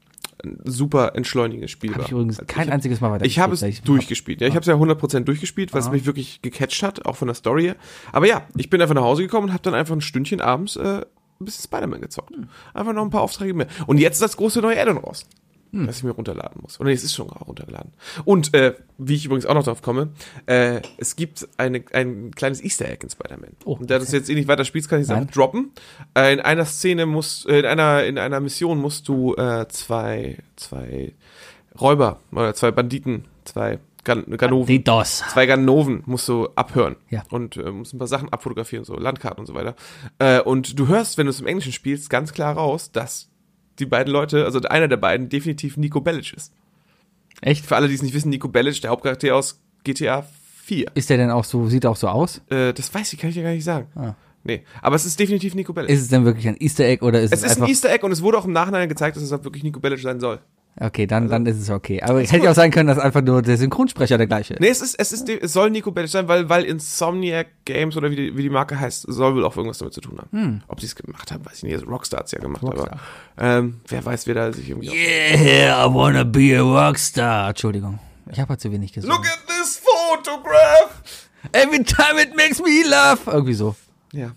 C: ein super entschleunigendes Spiel
B: Hab
C: war.
B: ich übrigens
C: Also
B: kein
C: ich,
B: einziges Mal weiter
C: Ich habe es
B: ich
C: durchgespielt. Ja, ich habe es ja hundert Prozent durchgespielt, weil es mich wirklich gecatcht hat, auch von der Story her. Aber ja, ich bin einfach nach Hause gekommen und habe dann einfach ein Stündchen abends äh, ein bisschen Spider-Man gezockt. Einfach noch ein paar Aufträge mehr. Und jetzt ist das große neue Add-on raus, hm. das ich mir runterladen muss. Oder es ist schon runtergeladen. Und äh, wie ich übrigens auch noch drauf komme, äh, es gibt eine, ein kleines Easter Egg in Spider-Man. Oh, okay. Und da du es jetzt eh nicht weiter spielst, kann ich es einfach droppen. Äh, in einer Szene musst, äh, in einer in einer Mission musst du äh, zwei zwei Räuber oder zwei Banditen, zwei Gan Ganoven,
B: Bandidos.
C: zwei Ganoven musst du abhören.
B: Ja.
C: Und äh, musst ein paar Sachen abfotografieren, so Landkarten und so weiter. Äh, und du hörst, wenn du es im Englischen spielst, ganz klar raus, dass die beiden Leute, also einer der beiden, definitiv Niko Bellic ist.
B: Echt?
C: Für alle, die es nicht wissen, Niko Bellic, der Hauptcharakter aus G T A vier.
B: Ist der denn auch so, sieht er auch so aus?
C: Äh, das weiß ich, kann ich dir gar nicht sagen.
B: Ah.
C: Nee, aber es ist definitiv Niko Bellic.
B: Ist es denn wirklich ein Easter Egg oder ist es,
C: es ist
B: einfach...
C: ein Easter Egg und es wurde auch im Nachhinein gezeigt, dass es auch wirklich Niko Bellic sein soll.
B: Okay, dann, dann ist es okay. Aber es hätte ja auch sein können, dass einfach nur der Synchronsprecher der gleiche ist.
C: Nee, es ist, es ist, es soll Niko Bellic sein, weil, weil Insomniac Games oder wie die, wie die Marke heißt, soll wohl auch irgendwas damit zu tun haben. Hm. Ob sie es gemacht haben, weiß ich nicht. Also Rockstar hat's ja gemacht,
B: Rockstar.
C: aber ähm, wer weiß, wer da sich irgendwie...
B: Yeah, I wanna be a Rockstar. Entschuldigung, ich habe halt zu wenig gesagt.
C: Look at this photograph!
B: Every time it makes me laugh. Irgendwie so.
C: Ja.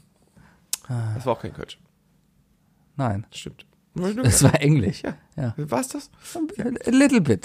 C: Das war auch kein Kölsch.
B: Nein.
C: Das stimmt.
B: Das war Englisch.
C: Ja.
B: Ja.
C: War's das?
B: A little bit.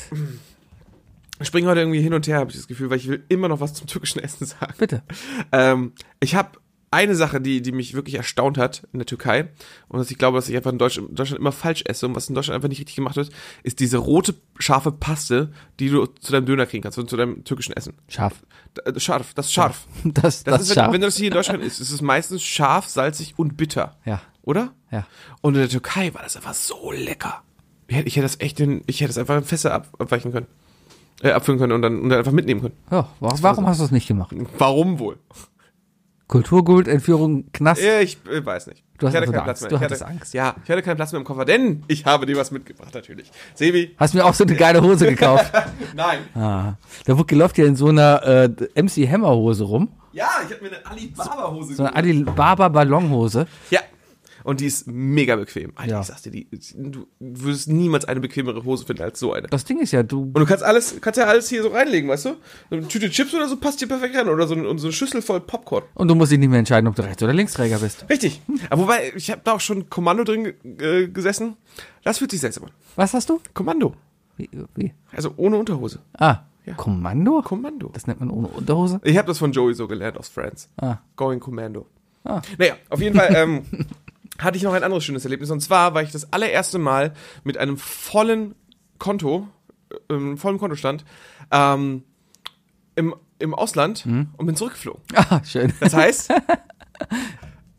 C: Ich springe heute irgendwie hin und her, habe ich das Gefühl, weil ich will immer noch was zum türkischen Essen sagen.
B: Bitte.
C: Ähm, ich habe eine Sache, die, die mich wirklich erstaunt hat in der Türkei und dass ich glaube, dass ich einfach in Deutschland, Deutschland immer falsch esse und was in Deutschland einfach nicht richtig gemacht wird, ist diese rote, scharfe Paste, die du zu deinem Döner kriegen kannst, zu deinem türkischen Essen.
B: Scharf.
C: Da, scharf, das ist scharf.
B: Das, das,
C: Das ist, wenn,
B: scharf.
C: wenn du das hier in Deutschland isst, ist es meistens scharf, salzig und bitter.
B: Ja.
C: Oder?
B: Ja.
C: Und in der Türkei war das einfach so lecker. Ich hätte, ich hätte das echt in, ich hätte das einfach in Fässer ab, abweichen können. Äh, abfüllen können und dann, und dann einfach mitnehmen können.
B: Ja, warum, warum hast du es nicht gemacht?
C: Warum wohl?
B: Kulturgut, Entführung, Knast.
C: Ja, ich äh, weiß nicht.
B: Du hast
C: ich hatte
B: einfach
C: keinen
B: nur
C: Platz
B: Angst.
C: mehr.
B: Du
C: Ich
B: hattest
C: hatte,
B: Angst.
C: Ja, ich hatte keinen Platz mehr im Koffer, denn ich habe dir was mitgebracht, natürlich. Sebi?
B: Hast mir auch so eine geile Hose gekauft.
C: Nein.
B: Ah. Der Wookie läuft ja in so einer äh, M C Hammer Hose rum.
C: Ja, ich habe mir eine Alibaba-Hose
B: So eine Alibaba Ballonhose.
C: Ja. Und die ist mega bequem. Alter,
B: Ja.
C: ich sag's dir, die, du würdest niemals eine bequemere Hose finden als so eine.
B: Das Ding ist ja, du.
C: Und du kannst alles, kannst ja alles hier so reinlegen, weißt du? Eine Tüte Chips oder so passt dir perfekt rein. Oder so, ein, und so eine Schüssel voll Popcorn.
B: Und du musst dich nicht mehr entscheiden, ob du Rechts- oder Linksträger bist.
C: Richtig. Aber wobei, ich habe da auch schon Kommando drin äh, gesessen. Das fühlt sich seltsam an.
B: Was hast du?
C: Kommando.
B: Wie? wie?
C: Also ohne Unterhose.
B: Ah,
C: Ja.
B: Kommando?
C: Kommando.
B: Das nennt man ohne Unterhose?
C: Ich habe das von Joey so gelernt aus Friends.
B: Ah.
C: Going Commando.
B: Ah.
C: Naja, auf jeden Fall ähm, hatte ich noch ein anderes schönes Erlebnis. Und zwar war ich das allererste Mal mit einem vollen Konto, äh, einem vollen Kontostand, ähm, im, im Ausland
B: Hm?
C: und bin zurückgeflogen.
B: Ah, schön.
C: Das heißt,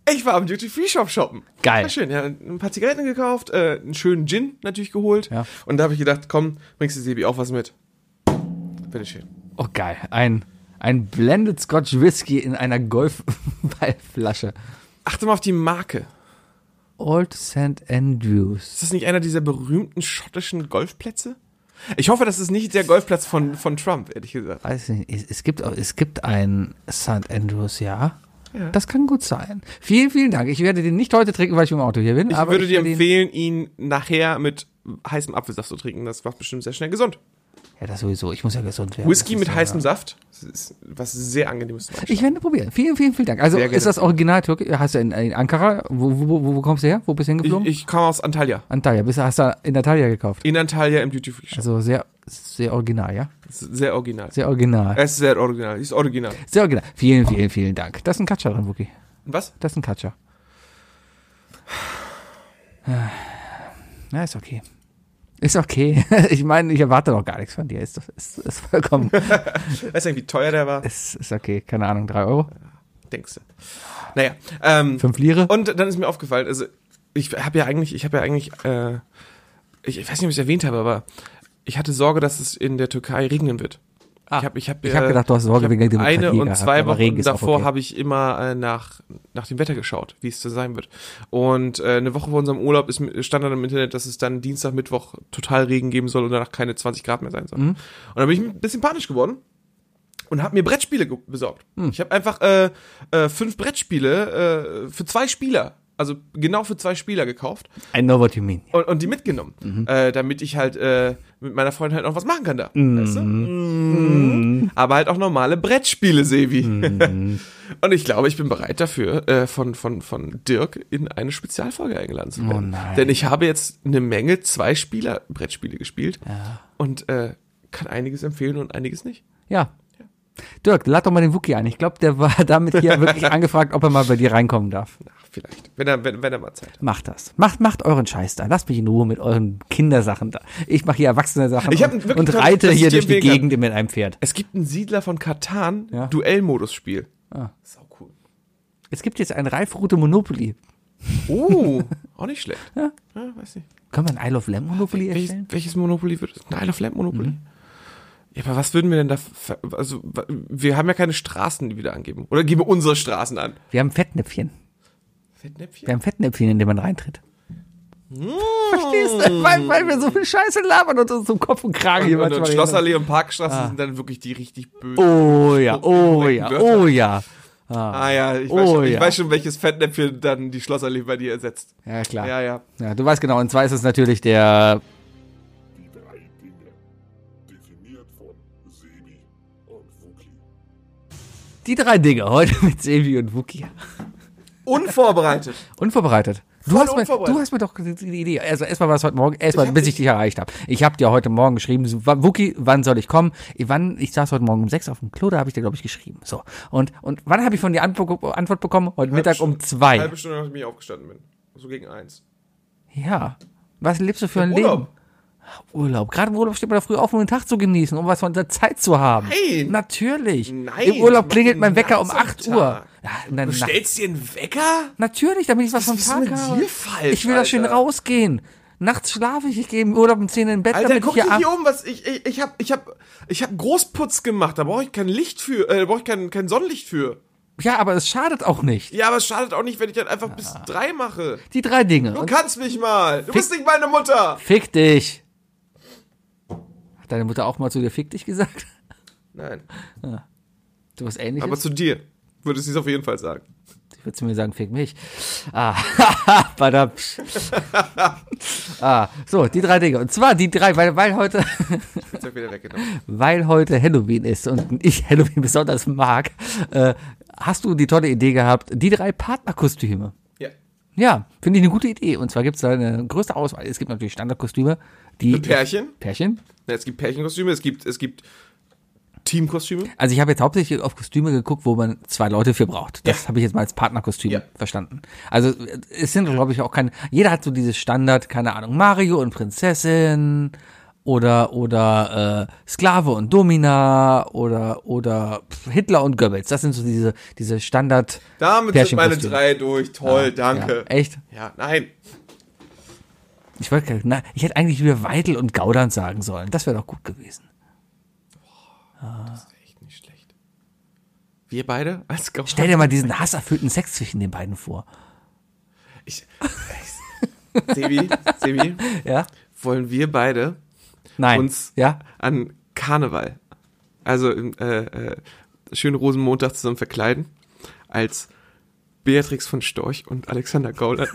C: Ich war am Duty-Free-Shop shoppen.
B: Geil.
C: War schön, ja. Ein paar Zigaretten gekauft, äh, einen schönen Gin natürlich geholt.
B: Ja.
C: Und da habe ich gedacht, komm, bringst du Sebi auch was mit. Bitteschön.
B: Oh, geil. Ein, ein Blended Scotch Whisky in einer Golfballflasche.
C: Achte mal auf die Marke.
B: Old Saint Andrews.
C: Ist das nicht einer dieser berühmten schottischen Golfplätze? Ich hoffe, das ist nicht der Golfplatz von, von Trump, ehrlich gesagt.
B: Weiß nicht. Es, es gibt, es gibt ein Saint Andrews, ja.
C: Ja.
B: Das kann gut sein. Vielen, vielen Dank. Ich werde den nicht heute trinken, weil ich im Auto hier bin.
C: Ich
B: aber
C: würde
B: ich
C: dir
B: werde ihn-
C: empfehlen, ihn nachher mit heißem Apfelsaft zu trinken. Das macht bestimmt sehr schnell gesund.
B: Ja, das sowieso. Ich muss ja gesund werden.
C: Whisky
B: Das
C: mit
B: ist
C: heißem
B: ja,
C: Saft, das ist was sehr angenehmes.
B: Ich werde probieren. Vielen, vielen, vielen Dank. Also
C: Sehr gerne.
B: ist das Original Türkisch? Hast du in, in Ankara? Wo, wo, wo, wo kommst du her? Wo bist du
C: Ich,
B: hingeflogen?
C: ich komme aus Antalya.
B: Antalya. Bist du, hast du in Antalya gekauft?
C: In Antalya im Duty Free Shop.
B: Also sehr, sehr original, ja?
C: Das ist sehr original.
B: Sehr original.
C: Es ist sehr original. Ist original.
B: Sehr original. Vielen, vielen, vielen Dank. Das ist ein Katscher drin, Wookie.
C: Was?
B: Das ist ein Katscher. Na, ist okay. Ist okay. Ich meine, ich erwarte doch gar nichts von dir. Ist, ist, ist vollkommen.
C: Weißt du, wie teuer der war?
B: ist, ist okay. Keine Ahnung, drei Euro?
C: Denkst du. Naja. Ähm,
B: Fünf Lire?
C: und dann ist mir aufgefallen, also ich habe ja eigentlich, ich habe ja eigentlich, äh, ich, ich weiß nicht, ob ich es erwähnt habe, aber ich hatte Sorge, dass es in der Türkei regnen wird.
B: Ah,
C: ich habe ich hab,
B: ich hab
C: äh,
B: gedacht, du hast Sorge
C: ich hab
B: wegen der Demokratie
C: Eine und
B: gehabt,
C: zwei
B: aber
C: Wochen
B: Regen ist auch
C: davor
B: okay.
C: habe ich immer äh, nach, nach dem Wetter geschaut, wie es so sein wird. Und äh, eine Woche vor unserem Urlaub ist, stand dann im Internet, dass es dann Dienstag, Mittwoch total Regen geben soll und danach keine zwanzig Grad mehr sein soll.
B: Mhm.
C: Und dann bin ich ein bisschen panisch geworden und habe mir Brettspiele ge- besorgt.
B: Mhm.
C: Ich habe einfach äh, äh, fünf Brettspiele äh, für zwei Spieler, also genau für zwei Spieler gekauft
B: I know what you mean.
C: und, und die mitgenommen,
B: Mhm.
C: äh, damit ich halt äh, mit meiner Freundin halt noch was machen kann da.
B: Mhm.
C: Weißt du? Mhm. Aber halt auch normale Brettspiele, Sevi.
B: Mhm.
C: Und ich glaube, ich bin bereit dafür, äh, von, von, von Dirk in eine Spezialfolge eingeladen zu werden.
B: Oh nein.
C: Denn ich habe jetzt eine Menge Zwei-Spieler-Brettspiele gespielt
B: Ja.
C: und äh, kann einiges empfehlen und einiges nicht.
B: Ja. Dirk, lad doch mal den Wookie ein. Ich glaube, der war damit hier wirklich angefragt, ob er mal bei dir reinkommen darf.
C: Ach, vielleicht. Wenn er, wenn, wenn er mal Zeit hat.
B: Macht das. Macht, macht euren Scheiß da. Lasst mich in Ruhe mit euren Kindersachen da. Ich mache hier erwachsene Sachen
C: Ich hab
B: und,
C: wirklich
B: und
C: toll,
B: reite
C: dass ich
B: hier
C: dir
B: durch die
C: empfehlen kann.
B: Gegend mit einem Pferd.
C: Es gibt einen Siedler von Katan,
B: Ja.
C: Duellmodus-Spiel.
B: Ah.
C: Sau cool.
B: Es gibt jetzt ein Reifroute Monopoly.
C: Oh, auch nicht schlecht.
B: Ja.
C: Ja, weiß nicht.
B: Können wir ein Isle of Lamp Monopoly
C: Welches,
B: erstellen?
C: welches Monopoly wird es? Ein Isle of Lamp Monopoly?
B: Mhm.
C: Ja, aber was würden wir denn da, ver- also, wa- wir haben ja keine Straßen, die wir da angeben. Oder geben wir unsere Straßen an?
B: Wir haben Fettnäpfchen.
C: Fettnäpfchen?
B: Wir haben Fettnäpfchen, in dem man reintritt.
C: Mmh.
B: Verstehst du? Weil, weil wir so viel Scheiße labern und uns zum Kopf und Kragen hier
C: Und, und,
B: manchmal
C: und Schlossallee und Parkstraße
B: Ah.
C: sind dann wirklich die richtig bösen.
B: Oh ja, oh
C: korrekten
B: ja,
C: Wörter.
B: oh ja.
C: Ah ja, ich,
B: Oh,
C: weiß, schon, ich
B: ja.
C: weiß schon, welches Fettnäpfchen dann die Schlossallee bei dir ersetzt.
B: Ja, klar.
C: Ja, ja.
B: Ja, du weißt genau. Und zwar ist es natürlich der
D: Die drei Dinge. Definiert von Sebi und Wookie.
B: die drei Dinge heute mit Sevi und Wookie.
C: Unvorbereitet.
B: Unvorbereitet. Du
C: Voll
B: hast, mir,
C: unvorbereitet.
B: du hast mir doch die die Idee. Also erstmal war es heute Morgen, erstmal bis ich dich erreicht habe. Ich habe dir heute Morgen geschrieben, so, Wookie, wann soll ich kommen? Ich, wann, ich saß heute Morgen um sechs auf dem Klo, da habe ich dir, glaube ich, geschrieben. So. Und, und wann habe ich von dir Antwort, Antwort bekommen? Heute Mittag um zwei.
C: Halbe Stunde, nachdem ich aufgestanden bin. So gegen eins.
B: Ja. Was lebst du für ein
C: Urlaub.
B: Leben? Urlaub. Gerade im Urlaub steht man da früh auf, um den Tag zu genießen, um was von der Zeit zu haben.
C: Nein.
B: Natürlich.
C: Nein,
B: Im Urlaub
C: das
B: klingelt
C: macht
B: mein
C: den
B: Wecker um
C: ganzen
B: acht Uhr.
C: Tag.
B: Ja, und dann
C: Du
B: nach-
C: stellst dir einen Wecker?
B: Natürlich, damit ich was vom
C: ist
B: Tag
C: mit
B: habe.
C: dir falsch,
B: Ich will doch schön
C: Alter?
B: rausgehen. Nachts schlafe ich, ich gehe im Urlaub um zehn in Bett,
C: Alter,
B: damit
C: guck
B: ich
C: dich
B: hier
C: hier
B: ab.
C: um, was ich ich ich hab ich hab ich hab Großputz gemacht, da brauche ich kein Licht für, äh, da brauche ich kein kein Sonnenlicht für.
B: Ja, aber es schadet auch nicht.
C: Ja, aber es schadet auch nicht, wenn ich dann einfach bis drei mache.
B: Die drei Dinge.
C: Du
B: Und
C: kannst mich mal. Du bist nicht meine Mutter.
B: fick dich. Hat deine Mutter auch mal zu dir fick dich gesagt?
C: Nein,
B: Du was ähnliches?
C: aber zu dir würde sie es auf jeden Fall sagen.
B: Ich würde zu mir sagen, fick mich. Ah, badab. ah, so, die drei Dinge. Und zwar die drei, weil, weil heute,
C: Jetzt hab ich wieder weggenommen.
B: weil heute Halloween ist und ich Halloween besonders mag, äh, hast du die tolle Idee gehabt, die drei Partnerkostüme.
C: Ja.
B: Ja, finde ich eine gute Idee. Und zwar gibt es da eine größte Auswahl. Es gibt natürlich Standardkostüme, die.
C: Für Pärchen?
B: Pärchen.
C: Ja, es gibt Pärchenkostüme, es gibt es gibt Teamkostüme.
B: Also ich habe jetzt hauptsächlich auf Kostüme geguckt, wo man zwei Leute für braucht. Das
C: Ja.
B: habe ich jetzt mal als Partnerkostüm
C: Ja.
B: verstanden. Also es sind, glaube ich, auch keine. Jeder hat so dieses Standard, keine Ahnung, Mario und Prinzessin oder oder äh, Sklave und Domina oder oder Hitler und Goebbels. Das sind so diese diese Standard.
C: Damit sind meine drei durch. Toll, ja, danke.
B: Ja, echt?
C: Ja, nein.
B: Ich wollte, na, ich hätte eigentlich wieder Weidel und Gauland sagen sollen. Das wäre doch gut gewesen.
C: Das ist echt nicht schlecht. Wir beide als Gauland.
B: Stell dir mal diesen hasserfüllten Sex zwischen den beiden vor.
C: Ich, ich Sebi, Sebi,
B: ja?
C: wollen wir beide
B: Nein.
C: uns
B: ja?
C: an Karneval, also äh, äh, schönen Rosenmontag zusammen verkleiden, als Beatrix von Storch und Alexander Gauland.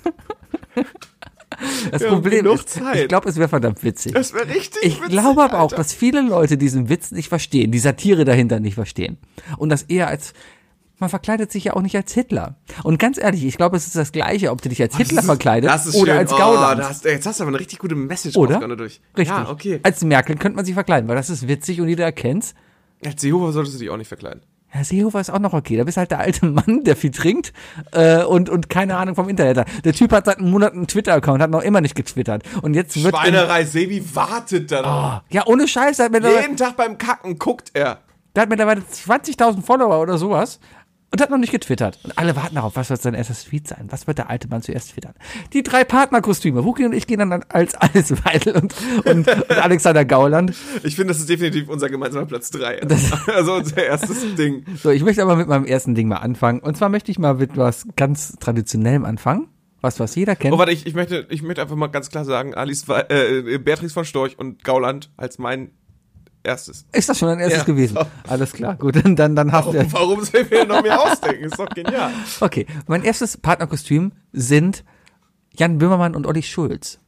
B: Das
C: Wir
B: Problem
C: haben genug
B: ist,
C: Zeit.
B: ich glaube, es wäre verdammt witzig.
C: Das wäre richtig
B: Ich
C: witzig,
B: glaube aber auch,
C: Alter.
B: dass viele Leute diesen Witz nicht verstehen, die Satire dahinter nicht verstehen. Und das eher als, man verkleidet sich ja auch nicht als Hitler. Und ganz ehrlich, ich glaube, es ist das Gleiche, ob du dich als
C: Oh,
B: Hitler
C: das ist-
B: verkleidest
C: das ist
B: oder
C: schön.
B: als
C: Oh,
B: Gauland.
C: da hast, jetzt hast du aber eine richtig gute Message
B: Oder?
C: rausgehauen dadurch.
B: Richtig.
C: Ja, okay.
B: Als Merkel könnte man sich verkleiden, weil das ist witzig und jeder erkennt's.
C: Als Jehova solltest du dich auch nicht verkleiden.
B: Ja, Seehofer ist auch noch okay. Da bist halt der alte Mann, der viel trinkt äh, und, und keine Ahnung vom Internet hat. Der Typ hat seit einem Monat einen Twitter-Account, hat noch immer nicht getwittert. Und jetzt wird...
C: Schweinerei, Sebi wartet da noch.
B: Ja, ohne Scheiß, der hat mittlerweile,
C: Jeden Tag beim Kacken guckt er.
B: der hat mittlerweile zwanzigtausend Follower oder sowas und hat noch nicht getwittert. Und alle warten darauf, was wird sein erstes Tweet sein? Was wird der alte Mann zuerst twittern? Die drei Partnerkostüme. Wookie und ich gehen dann als Alice Weidel und, und, und Alexander Gauland.
C: Ich finde, das ist definitiv unser gemeinsamer Platz drei. Also unser erstes Ding.
B: So, ich möchte aber mit meinem ersten Ding mal anfangen. Und zwar möchte ich mal mit was ganz Traditionellem anfangen. Was, was jeder kennt.
C: Oh, warte, ich, ich, möchte, ich möchte einfach mal ganz klar sagen, Alice, We- äh, Beatrix von Storch und Gauland als mein erstes.
B: Ist das schon ein erstes
C: Ja.
B: gewesen? Alles klar, gut, dann, dann, dann hast du.
C: Warum, warum sollen wir noch mehr ausdenken? Ist doch genial.
B: Okay, mein erstes Partnerkostüm sind Jan Böhmermann und Olli Schulz.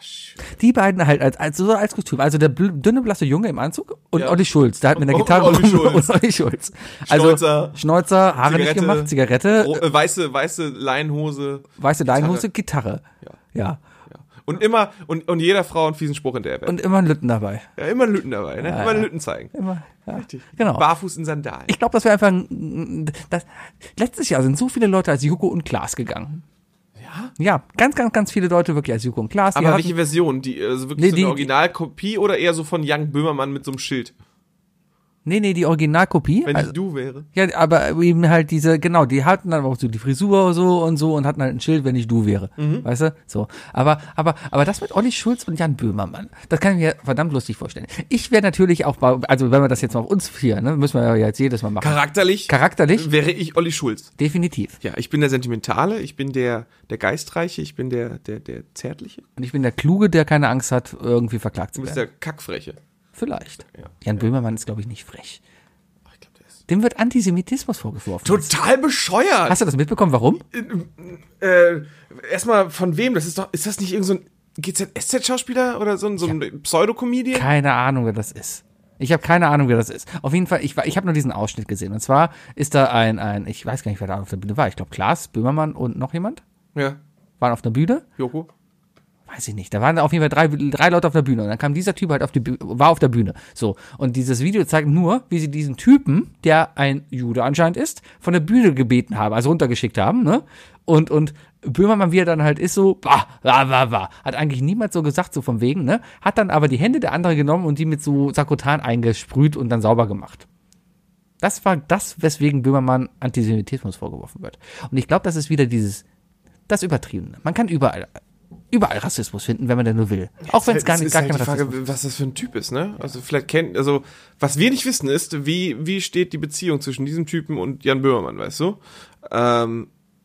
B: Die beiden halt als, als, so als Kostüm. Also der bl- dünne, blasse Junge im Anzug und
C: Ja.
B: Olli Schulz. Der hat mit der
C: Und
B: Gitarre
C: Olli Schulz.
B: und Olli Schulz. Also
C: Schnäuzer.
B: Schnäuzer, Haare nicht
C: Zigarette.
B: gemacht, Zigarette,
C: Ro- äh, weiße, weiße Leinhose.
B: weiße Leinhose, Gitarre.
C: Ja.
B: Ja.
C: Ja. Und immer, und, und jeder Frau einen fiesen Spruch in der Welt.
B: Und immer ein Lütten dabei.
C: Ja, immer einen Lütten dabei, ne?
B: Ja,
C: immer einen
B: ja.
C: Lütten zeigen.
B: Immer, ja.
C: Richtig.
B: Genau.
C: Barfuß in Sandalen.
B: Ich glaube, das wäre einfach ein, das, letztes Jahr sind so viele Leute als Joko und Klaas gegangen.
C: Ja?
B: Ja, ganz, ganz, ganz viele Leute wirklich als Joko und Klaas. Die
C: Aber
B: hatten-
C: welche Version? Die, also wirklich
B: Nee,
C: so
B: die-
C: eine Originalkopie oder eher so von Jan Böhmermann mit so einem Schild?
B: Nee, nee, die Originalkopie.
C: Wenn
B: Also,
C: ich du wäre.
B: ja, aber eben halt diese, genau, die hatten dann auch so die Frisur so und so und hatten halt ein Schild, wenn ich du wäre.
C: Mhm.
B: Weißt du? So. Aber, aber, aber das mit Olli Schulz und Jan Böhmermann, das kann ich mir verdammt lustig vorstellen. Ich wäre natürlich auch, bei, also wenn wir das jetzt mal auf uns hier, ne, müssen wir ja jetzt jedes Mal machen.
C: Charakterlich,
B: Charakterlich?
C: wäre ich Olli Schulz.
B: Definitiv.
C: Ja, ich bin der Sentimentale, ich bin der, der Geistreiche, ich bin der, der, der Zärtliche.
B: Und ich bin der Kluge, der keine Angst hat, irgendwie verklagt
C: Du
B: zu
C: bist
B: werden.
C: der Kackfreche.
B: Vielleicht.
C: Ja.
B: Jan Böhmermann ist, glaube ich, nicht frech.
C: Ich glaube, der ist
B: Dem wird Antisemitismus vorgeworfen.
C: total bescheuert.
B: Hast du das mitbekommen? Warum?
C: äh, erstmal von wem? Das ist doch, ist das nicht irgend so ein G Z S Z-Schauspieler oder so ein, so ein Pseudo-Comedian?
B: Keine Ahnung, wer das ist. Ich habe keine Ahnung, wer das ist. Auf jeden Fall, ich, war- ich habe nur diesen Ausschnitt gesehen. Und zwar ist da ein, ein, ich weiß gar nicht, wer da auf der Bühne war. Ich glaube, Klaas, Böhmermann und noch jemand
C: Ja,
B: waren auf der Bühne.
C: Joko.
B: Weiß ich nicht. Da waren auf jeden Fall drei, drei Leute auf der Bühne. Und dann kam dieser Typ halt auf die Bühne, war auf der Bühne. So. Und dieses Video zeigt nur, wie sie diesen Typen, der ein Jude anscheinend ist, von der Bühne gebeten haben, also runtergeschickt haben, ne? Und, und Böhmermann, wie er dann halt ist, so, bah, bah, bah, bah. Hat eigentlich niemand so gesagt, so vom Wegen, ne? Hat dann aber die Hände der anderen genommen und die mit so Sakrotan eingesprüht und dann sauber gemacht. Das war das, weswegen Böhmermann Antisemitismus vorgeworfen wird. Und ich glaube, das ist wieder dieses, das Übertriebene. Man kann überall, überall Rassismus finden, wenn man denn nur will. Auch wenn es gar
C: Es
B: nicht,
C: ist
B: gar
C: halt
B: kein
C: die Frage,
B: Rassismus ist.
C: was das für ein Typ ist, ne? Also vielleicht kennt, also was wir nicht wissen ist, wie wie steht die Beziehung zwischen diesem Typen und Jan Böhmermann, weißt du? Ähm,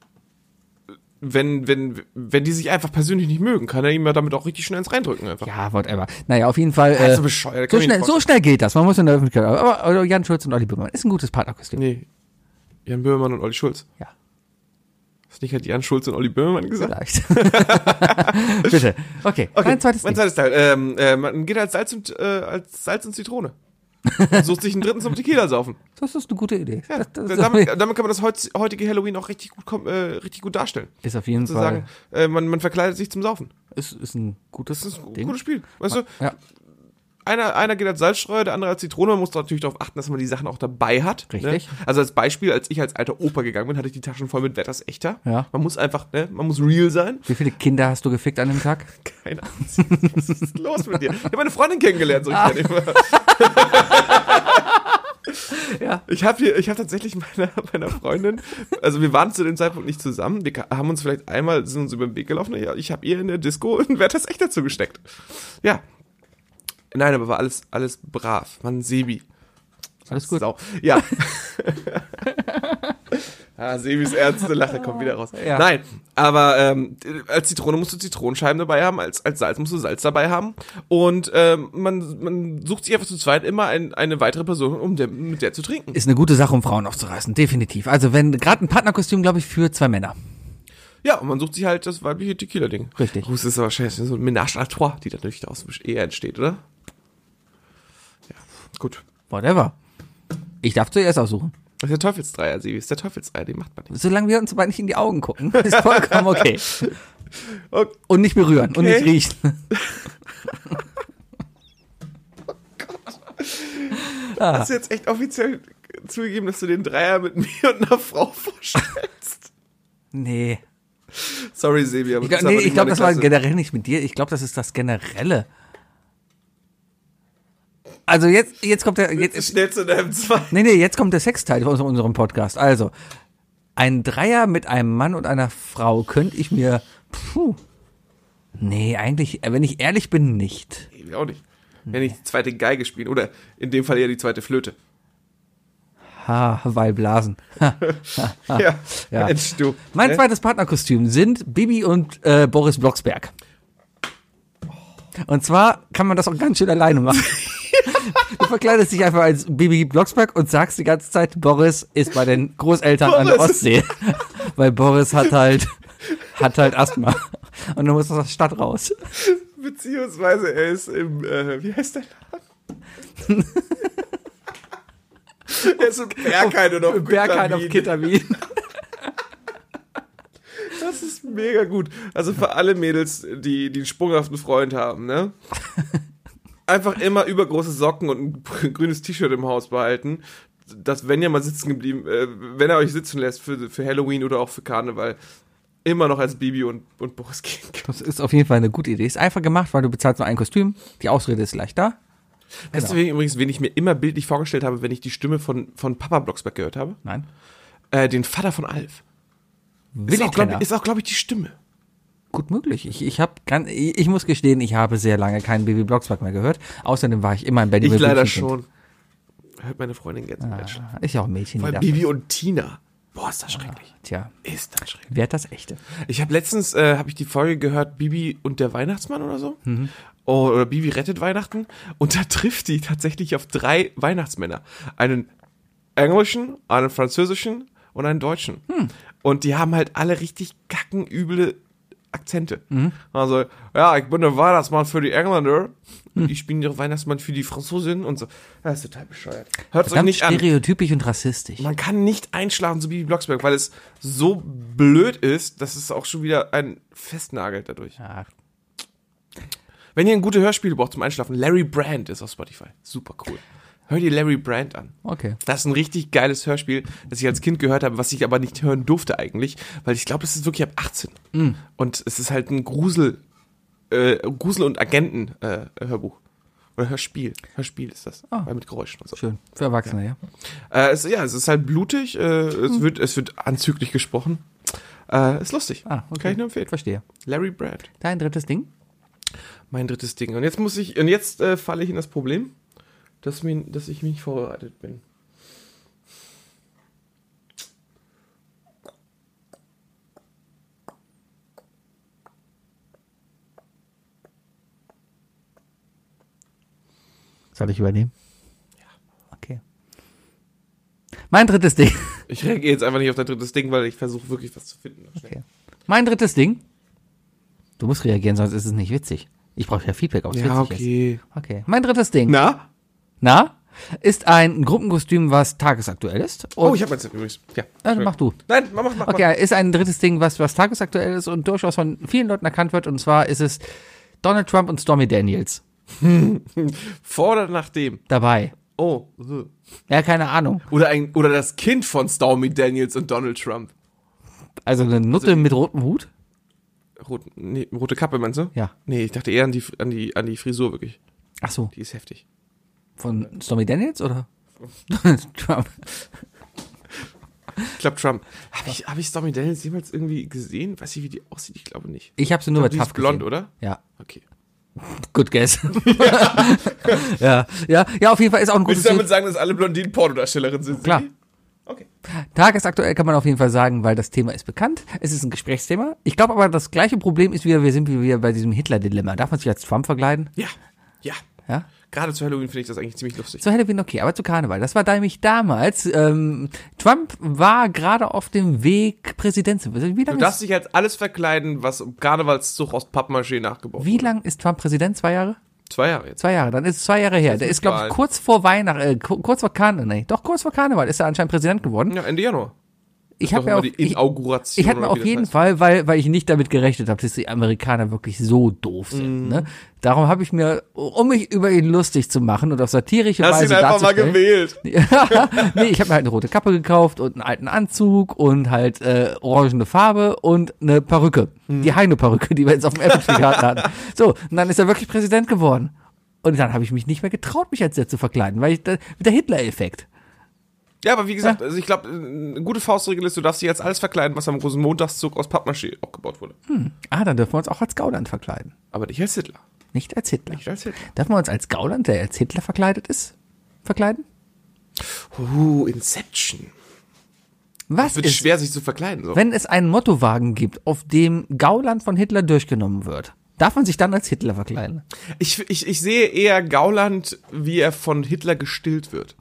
C: wenn wenn wenn die sich einfach persönlich nicht mögen, kann er ihm ja damit auch richtig schnell ins Reindrücken einfach.
B: Ja, whatever. Naja, auf jeden Fall. Äh,
C: Also bescheuert.
B: so, schnell, so schnell geht das. Man muss in der Öffentlichkeit. Aber, aber Jan Schulz und Olli Böhmermann ist ein gutes Partnerkostüm.
C: Nee. Jan Böhmermann und Olli Schulz.
B: Ja.
C: Hast du nicht halt Jan Schulz und Olli Böhmermann gesagt?
B: Vielleicht. Bitte. Okay,
C: Okay,
B: mein zweites
C: mein
B: Ding.
C: zweites Teil. Ähm, äh, man geht als Salz und äh, als Salz und Zitrone. Sucht sich einen dritten zum Tequila saufen.
B: Das ist eine gute Idee.
C: Ja,
B: das, das,
C: damit, damit kann man das heutz, heutige Halloween auch richtig gut, kom- äh, richtig gut darstellen.
B: ist auf jeden
C: Zu
B: Fall.
C: sagen, äh, man, man verkleidet sich zum Saufen.
B: Ist, ist ein gutes
C: Das ist ein
B: Ding.
C: gutes Spiel. Weißt du,
B: Ja.
C: einer, einer geht als Salzstreuer, der andere als Zitrone. Man muss natürlich darauf achten, dass man die Sachen auch dabei hat.
B: Richtig.
C: Ne? Also als Beispiel, als ich als alter Opa gegangen bin, hatte ich die Taschen voll mit Wetters Echter.
B: Ja.
C: Man muss einfach, ne, man muss real sein.
B: Wie viele Kinder hast du gefickt an dem Tag?
C: Keine Ahnung. Was ist los mit dir? Ich habe meine Freundin kennengelernt, so ich
B: Ah.
C: nicht mehr.
B: Ja.
C: Ich habe hier, ich habe tatsächlich meiner, meiner Freundin, also wir waren zu dem Zeitpunkt nicht zusammen, wir ka- haben uns vielleicht einmal, sind uns über den Weg gelaufen, ja, ich habe ihr in der Disco ein Wetters Echter zugesteckt. Ja. Nein, aber war alles, alles brav. Mann, Sebi.
B: Alles gut.
C: Sau. Ja. Ah, Sebis ernste Lache kommt wieder raus.
B: Ja.
C: Nein, aber ähm, als Zitrone musst du Zitronenscheiben dabei haben, als, als Salz musst du Salz dabei haben. Und ähm, man, man sucht sich einfach zu zweit immer ein, eine weitere Person, um der, mit der zu trinken.
B: Ist eine gute Sache, um Frauen aufzureißen, definitiv. Also wenn, gerade ein Partnerkostüm, glaube ich, für zwei Männer.
C: Ja, und man sucht sich halt das weibliche Tequila-Ding.
B: Richtig.
C: Gut, das ist aber wahrscheinlich so ein Ménage à trois, die dadurch daraus eher entsteht, oder? Ja, gut.
B: Whatever. Ich darf zuerst aussuchen.
C: Das ist der Teufelsdreier, Sebi. Das ist der Teufelsdreier, den macht man nicht.
B: Solange wir uns beide nicht in die Augen gucken, ist vollkommen okay.
C: Okay.
B: Und nicht berühren und nicht
C: Okay.
B: riechen.
C: Hast du jetzt echt offiziell zugegeben, dass du den Dreier mit mir und einer Frau vorstellst?
B: Nee.
C: Sorry, Sebi, aber
B: Ich
C: das
B: glaube,
C: ist
B: nee,
C: aber
B: ich glaub,
C: nicht
B: das war
C: meine Klasse.
B: generell nicht mit dir. Ich glaube, das ist das Generelle. Also jetzt, jetzt kommt der,
C: Jetzt
B: jetzt,
C: schnell zu deinem zwei.
B: nee, nee, jetzt kommt der Sexteil von unserem- unserem Podcast. Also, ein Dreier mit einem Mann und einer Frau könnte ich mir, puh, nee, eigentlich, wenn ich ehrlich bin, nicht.
C: Nee, auch nicht. Wenn ich die zweite Geige spiele. Oder in dem Fall eher die zweite Flöte.
B: Ha, weil Blasen. Ha.
C: Ja,
B: Ja.
C: Mensch, du.
B: Mein
C: Ne?
B: zweites Partnerkostüm sind Bibi und äh, Boris Blocksberg. Und zwar kann man das auch ganz schön alleine machen. Du verkleidest dich einfach als Bibi Blocksberg und sagst die ganze Zeit, Boris ist bei den Großeltern an der
C: Boris.
B: Ostsee. Weil Boris hat halt, hat halt Asthma. Und du musst aus der Stadt raus.
C: Beziehungsweise er ist im, äh, wie heißt der Laden? er ist im Berghain oder auf
B: Berghain auf
C: Kitterwien.
B: Kitterwien.
C: Das ist mega gut. Also für alle Mädels, die, die einen sprunghaften Freund haben, ne? Einfach immer übergroße Socken und ein grünes T-Shirt im Haus behalten, dass wenn ihr mal sitzen geblieben, äh, wenn er euch sitzen lässt für, für Halloween oder auch für Karneval, immer noch als Bibi und, und Boris gehen kann.
B: Das ist auf jeden Fall eine gute Idee. Ist einfach gemacht, weil du bezahlst nur ein Kostüm. Die Ausrede ist leicht da.
C: Weißt du wen- übrigens, wen ich mir immer bildlich vorgestellt habe, wenn ich die Stimme von, von Papa Blocksberg gehört habe?
B: Nein.
C: Äh, den Vater von Alf. Ist auch, glaube ich, glaub ich, die Stimme.
B: Gut möglich. Ich, ich, hab ganz, ich, ich muss gestehen, ich habe sehr lange keinen Bibi Blocksberg mehr gehört. Außerdem war ich immer ein Benny
C: Ich leider
B: Blümchen-Kind.
C: schon. Hört meine Freundin jetzt im Bachelor.
B: Ah, ist ja auch ein Mädchen.
C: Weil
B: die darf
C: Bibi
B: das.
C: und Tina. Boah, ist das schrecklich.
B: Tja,
C: Ist das schrecklich.
B: wer hat das Echte?
C: Ich habe letztens, äh, habe ich die Folge gehört, Bibi und der Weihnachtsmann oder so. Oh, oder Bibi rettet Weihnachten. Und da trifft die tatsächlich auf drei Weihnachtsmänner. Einen englischen, einen französischen und einen deutschen. Und die haben halt alle richtig kackenüble Akzente. Also, ja, ich bin der Weihnachtsmann für die Engländer. Und ich bin der Weihnachtsmann für die Franzosin und so. Das ist total bescheuert. Hört es euch
B: Verdammt
C: nicht an.
B: stereotypisch und rassistisch.
C: Man kann nicht einschlafen zu Bibi Blocksberg, weil es so blöd ist, dass es auch schon wieder ein festnagelt dadurch.
B: Ach,
C: Wenn ihr ein gutes Hörspiel braucht zum Einschlafen, Larry Brand ist auf Spotify. Super cool. Hör dir Larry Brand an.
B: okay.
C: Das ist ein richtig geiles Hörspiel, das ich als Kind gehört habe, was ich aber nicht hören durfte eigentlich, weil ich glaube, das ist wirklich ab achtzehn.
B: Mm.
C: Und es ist halt ein Grusel, äh, Grusel- und Agenten-Hörbuch. Oder Hörspiel. Hörspiel ist das.
B: Ah.
C: Weil mit Geräuschen und so.
B: Schön. Für Erwachsene, ja.
C: Äh, es, ja, es ist halt blutig, äh, es, wird, es wird anzüglich gesprochen. Äh, ist lustig.
B: Ah, okay.
C: Kann ich nur empfehlen.
B: Verstehe.
C: Larry Brand.
B: Dein drittes Ding?
C: Mein drittes Ding. Und jetzt muss ich, und jetzt äh, falle ich in das Problem, dass, mir, dass ich nicht vorbereitet bin.
B: Soll ich übernehmen? Ja. Okay. Mein drittes Ding.
C: Ich reagiere jetzt einfach nicht auf dein drittes Ding, weil ich versuche wirklich was zu finden.
B: Okay. Mein drittes Ding. Du musst reagieren, sonst ist es nicht witzig. Ich brauche ja Feedback, ob es
C: Ja,
B: witzig
C: okay.
B: ist. Okay. Mein drittes Ding.
C: Na?
B: Na? Ist ein Gruppenkostüm, was tagesaktuell ist. Und
C: Oh, ich habe meins übrigens. Ja.
B: Dann mach du.
C: Nein, mach, mach, mach.
B: Okay, ist ein drittes Ding, was, was tagesaktuell ist und durchaus von vielen Leuten erkannt wird. Und zwar ist es Donald Trump und Stormy Daniels.
C: Vor oder nachdem?
B: Dabei.
C: Oh.
B: Ja, keine Ahnung.
C: Oder, ein, oder das Kind von Stormy Daniels und Donald Trump.
B: Also eine Nutte
C: Also-
B: mit rotem Hut?
C: Rot, nee, rote Kappe, meinst du?
B: Ja.
C: Nee, ich dachte eher an die, an die, an die Frisur wirklich.
B: Ach so.
C: Die ist heftig.
B: Von Stormy Daniels oder? Donald Trump.
C: Ich glaube Trump. Habe ich, hab ich Stormy Daniels jemals irgendwie gesehen? Weiß ich, wie die aussieht? Ich glaube nicht.
B: Ich habe sie nur
C: Ich
B: mit
C: glaub, die
B: Taff
C: ist blond,
B: gesehen.
C: oder?
B: Ja.
C: Okay.
B: Good guess. ja. ja, ja, auf jeden Fall ist auch ein gutes
C: Willst du damit
B: Lied.
C: sagen, dass alle Blondinen Pornodarstellerinnen sind?
B: Klar.
C: Sind die? Okay.
B: Tagesaktuell kann man auf jeden Fall sagen, weil das Thema ist bekannt. Es ist ein Gesprächsthema. Ich glaube aber, das gleiche Problem ist wieder, wir sind wieder bei diesem Hitler-Dilemma. Darf man sich als Trump verkleiden?
C: Ja. Ja.
B: Ja.
C: Gerade zu Halloween finde ich das eigentlich ziemlich lustig.
B: Zu Halloween okay, aber zu Karneval. Das war nämlich damals. Ähm, Trump war gerade auf dem Weg, Präsident zu werden. Wie
C: Du
B: lange
C: darfst
B: ist,
C: dich als alles verkleiden, was im Karnevalszug aus Pappmaché nachgebaut
B: wie
C: wurde.
B: lang ist Trump Präsident? Zwei Jahre?
C: Zwei Jahre jetzt.
B: Zwei Jahre, dann ist es zwei Jahre her. Der ist, glaube ich,
C: Wahl.
B: kurz vor Weihnachten, äh, ku- kurz vor Karneval, nee, doch kurz vor Karneval ist er anscheinend Präsident geworden.
C: Ja, Ende Januar.
B: Ich
C: Doch
B: habe ja
C: immer
B: auch,
C: die
B: ich,
C: Inauguration.
B: ich hatte mir
C: oder
B: auf
C: wie das
B: jeden
C: heißt.
B: Fall, weil, weil ich nicht damit gerechnet habe, dass die Amerikaner wirklich so doof sind.
C: Mhm.
B: Ne? Darum habe ich mir, um mich über ihn lustig zu machen und auf satirische
C: Hast
B: Weise
C: ihn einfach mal
B: darzustellen.
C: gewählt.
B: nee, ich habe mir halt eine rote Kappe gekauft und einen alten Anzug und halt äh, orangene Farbe und eine Perücke.
C: Mhm.
B: Die Heine-Perücke, die wir jetzt auf dem Apple-Garten hatten. So, und dann ist er wirklich Präsident geworden. Und dann habe ich mich nicht mehr getraut, mich als der zu verkleiden, weil ich da, der Hitler-Effekt.
C: Ja, aber wie gesagt, also ich glaube, eine gute Faustregel ist, du darfst dich als alles verkleiden, was am großen Montagszug aus Pappmaché aufgebaut wurde.
B: Ah, dann dürfen wir uns auch als Gauland verkleiden.
C: Aber nicht als Hitler.
B: Nicht als Hitler.
C: Nicht als Hitler.
B: Dürfen wir uns als Gauland, der als Hitler verkleidet ist, verkleiden?
C: Uh, Inception.
B: Was
C: Wird
B: ist,
C: schwer, sich zu verkleiden. So.
B: wenn es einen Mottowagen gibt, auf dem Gauland von Hitler durchgenommen wird? Darf man sich dann als Hitler verkleiden?
C: Ich, ich, ich sehe eher Gauland, wie er von Hitler gestillt wird.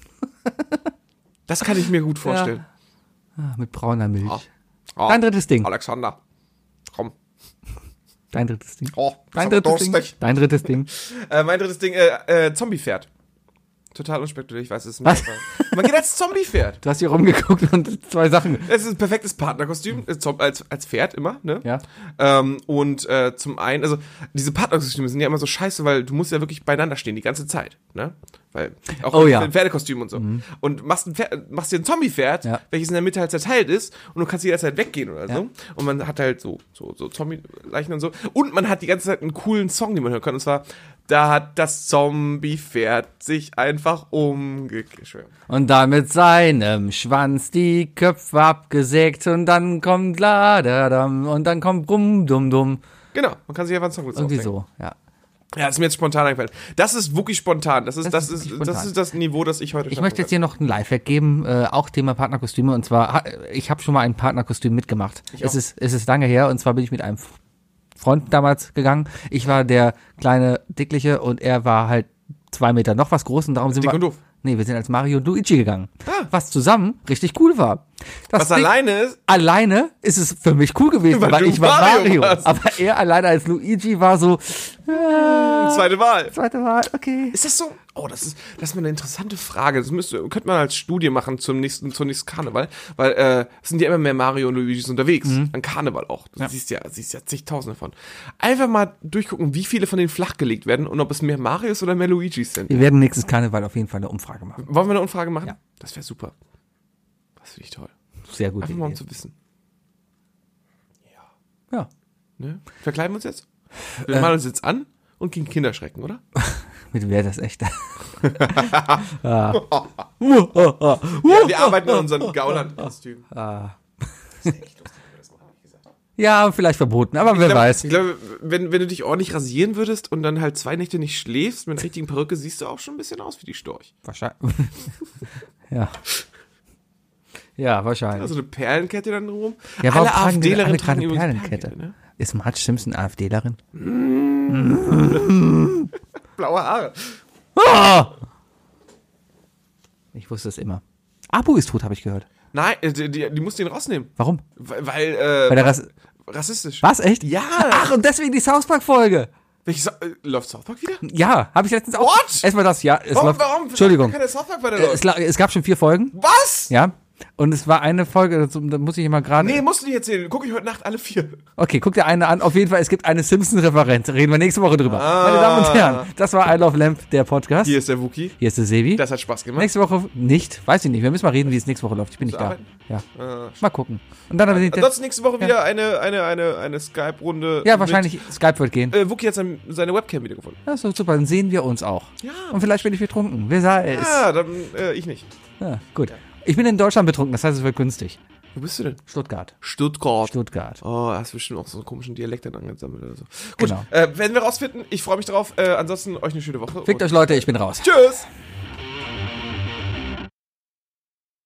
C: Das kann ich mir gut vorstellen.
B: Ah, mit brauner Milch.
C: Ah. Ah,
B: Dein drittes Ding.
C: Alexander, komm.
B: Dein drittes Ding.
C: Oh,
B: Dein
C: ich hab
B: drittes Ding.
C: durstig.
B: Dein drittes Ding.
C: Äh, mein drittes Ding, äh, äh, Zombie-Pferd. Total unspektakulär, ich weiß es nicht.
B: Was?
C: aber Man geht als Zombie-Pferd.
B: Du hast hier rumgeguckt und zwei Sachen.
C: Es ist ein perfektes Partnerkostüm, äh, Zom- als, als Pferd immer, ne?
B: Ja.
C: Ähm, und äh, zum einen, also diese Partnerkostüme sind ja immer so scheiße, weil du musst ja wirklich beieinander stehen die ganze Zeit, ne? Weil auch
B: Oh ja.
C: ein Pferdekostüm und so. Und machst, ein Pferd, machst dir ein Zombie-Pferd,
B: Ja.
C: welches in der Mitte halt zerteilt ist und du kannst jederzeit weggehen oder
B: Ja.
C: so. Und man hat halt so, so, so Zombie-Leichen und so. Und man hat die ganze Zeit einen coolen Song, den man hören kann. Und zwar, da hat das Zombie-Pferd sich einfach umgekehrt.
B: Und dann mit seinem Schwanz die Köpfe abgesägt und dann kommt la da dam und dann kommt brumm dum dum.
C: Genau, man kann sich einfach einen Song dazu
B: Irgendwie
C: ausdenken.
B: so, ja.
C: Ja, ist mir jetzt spontan eingefallen. Das ist wirklich spontan. Das ist
B: Das
C: das,
B: ist
C: ist,
B: wirklich
C: das
B: spontan.
C: ist das Niveau, das ich heute
B: Ich
C: schaffen
B: möchte jetzt
C: kann.
B: hier noch ein Lifehack geben, äh, auch Thema Partnerkostüme. Und zwar, ha- ich habe schon mal ein Partnerkostüm mitgemacht.
C: Ich
B: Es
C: auch.
B: ist, es ist lange her. Und zwar bin ich mit einem Freund damals gegangen. Ich war der kleine Dickliche und er war halt zwei Meter noch was groß. Und darum sind
C: Dick
B: wir.
C: und doof.
B: Nee, wir sind als Mario und Luigi gegangen.
C: Ah.
B: Was zusammen richtig cool war. Das
C: Was
B: Ding-
C: alleine ist,
B: Alleine ist es für mich cool gewesen,
C: Weil
B: weil,
C: du
B: ich war
C: Mario
B: Mario.
C: warst.
B: Aber er alleine als Luigi war so, äh,
C: zweite Wahl.
B: zweite Wahl, okay.
C: Ist das so? Oh, das ist, das ist mal eine interessante Frage. Das müsste, könnte man als Studie machen zum nächsten, zum nächsten Karneval, weil äh, es sind ja immer mehr Mario und Luigis unterwegs. An Karneval auch. Du
B: Mhm. Ja.
C: siehst ja, siehst ja zigtausende von. Einfach mal durchgucken, wie viele von denen flachgelegt werden und ob es mehr Marios oder mehr Luigis sind.
B: Wir werden nächstes Karneval auf jeden Fall eine Umfrage machen.
C: Wollen wir eine Umfrage machen?
B: Ja.
C: Das wäre super. Das finde ich toll.
B: Sehr gut.
C: Einfach mal um zu wissen.
B: Ja.
C: Ne? Verkleiden wir uns jetzt? Wir
B: Äh.
C: malen uns jetzt an und gegen Kinderschrecken, oder?
B: Mit wer das echt?
C: Ja, wir arbeiten an unserem Gauland-Kostüm.
B: Ja, vielleicht verboten, aber wer
C: Ich glaub-
B: weiß.
C: Ich glaube, wenn, wenn du dich ordentlich rasieren würdest und dann halt zwei Nächte nicht schläfst mit einer richtigen Perücke, siehst du auch schon ein bisschen aus wie die Storch.
B: Wahrscheinlich. ja. Ja, wahrscheinlich.
C: Also eine Perlenkette dann rum.
B: Ja, warum
C: Alle
B: tragen die alle
C: AfDlerinnen
B: gerade
C: übrigens
B: Perlenkette?
C: Ne?
B: Ist Marge Simpson AfDlerin?
C: Blaue Haare.
B: Ich wusste es immer. Abu ist tot, habe ich gehört.
C: Nein, äh, die, die, die musst du ihn rausnehmen.
B: Warum?
C: Weil, weil äh,
B: Weil der Rass
C: rassistisch.
B: Was, echt?
C: Ja.
B: Ach, und deswegen die South Park-Folge.
C: Welches, äh, läuft South Park wieder?
B: Ja, habe ich letztens auch.
C: What?
B: Erstmal das, ja. Es
C: Warum,
B: läuft,
C: warum?
B: Entschuldigung.
C: Keine South Park weiter
B: Äh, Es, la- es gab schon vier Folgen.
C: Was?
B: Ja. Und es war eine Folge, das- da muss ich immer gerade...
C: Nee, musst du nicht erzählen. Guck ich heute Nacht alle vier.
B: Okay, guck dir eine an. Auf jeden Fall, es gibt eine Simpson-Referenz. Reden wir nächste Woche drüber.
C: Ah.
B: Meine Damen und Herren, das war I Love Lamp, der Podcast.
C: Hier ist der Wookie.
B: Hier ist der Sebi.
C: Das hat Spaß gemacht.
B: Nächste Woche nicht, weiß ich nicht. Wir müssen mal reden, wie es nächste Woche läuft. Ich bin nicht
C: Zu
B: da.
C: arbeiten?
B: Ja,
C: Ah,
B: mal gucken. Und dann aber
C: Ansonsten nächste Woche
B: Ja.
C: wieder eine, eine, eine, eine Skype-Runde.
B: ja, wahrscheinlich Skype wird gehen.
C: Mit, äh, Wookie hat sein, seine Webcam wieder gefunden.
B: Das ist super, dann sehen wir uns auch.
C: Ja.
B: Und vielleicht bin ich betrunken. Wer sei es?
C: Ja, dann äh, ich nicht.
B: Ja, gut. Ich bin in Deutschland betrunken, das heißt, es wird günstig.
C: Wo bist du denn?
B: Stuttgart.
C: Stuttgart.
B: Stuttgart.
C: Oh, hast bestimmt auch so einen komischen Dialekt dann angesammelt oder so. Gut,
B: Genau.
C: äh, werden wir rausfinden. Ich freue mich drauf. Äh, ansonsten euch eine schöne Woche.
B: Fickt
C: und
B: euch, Leute, ich bin raus.
C: Tschüss.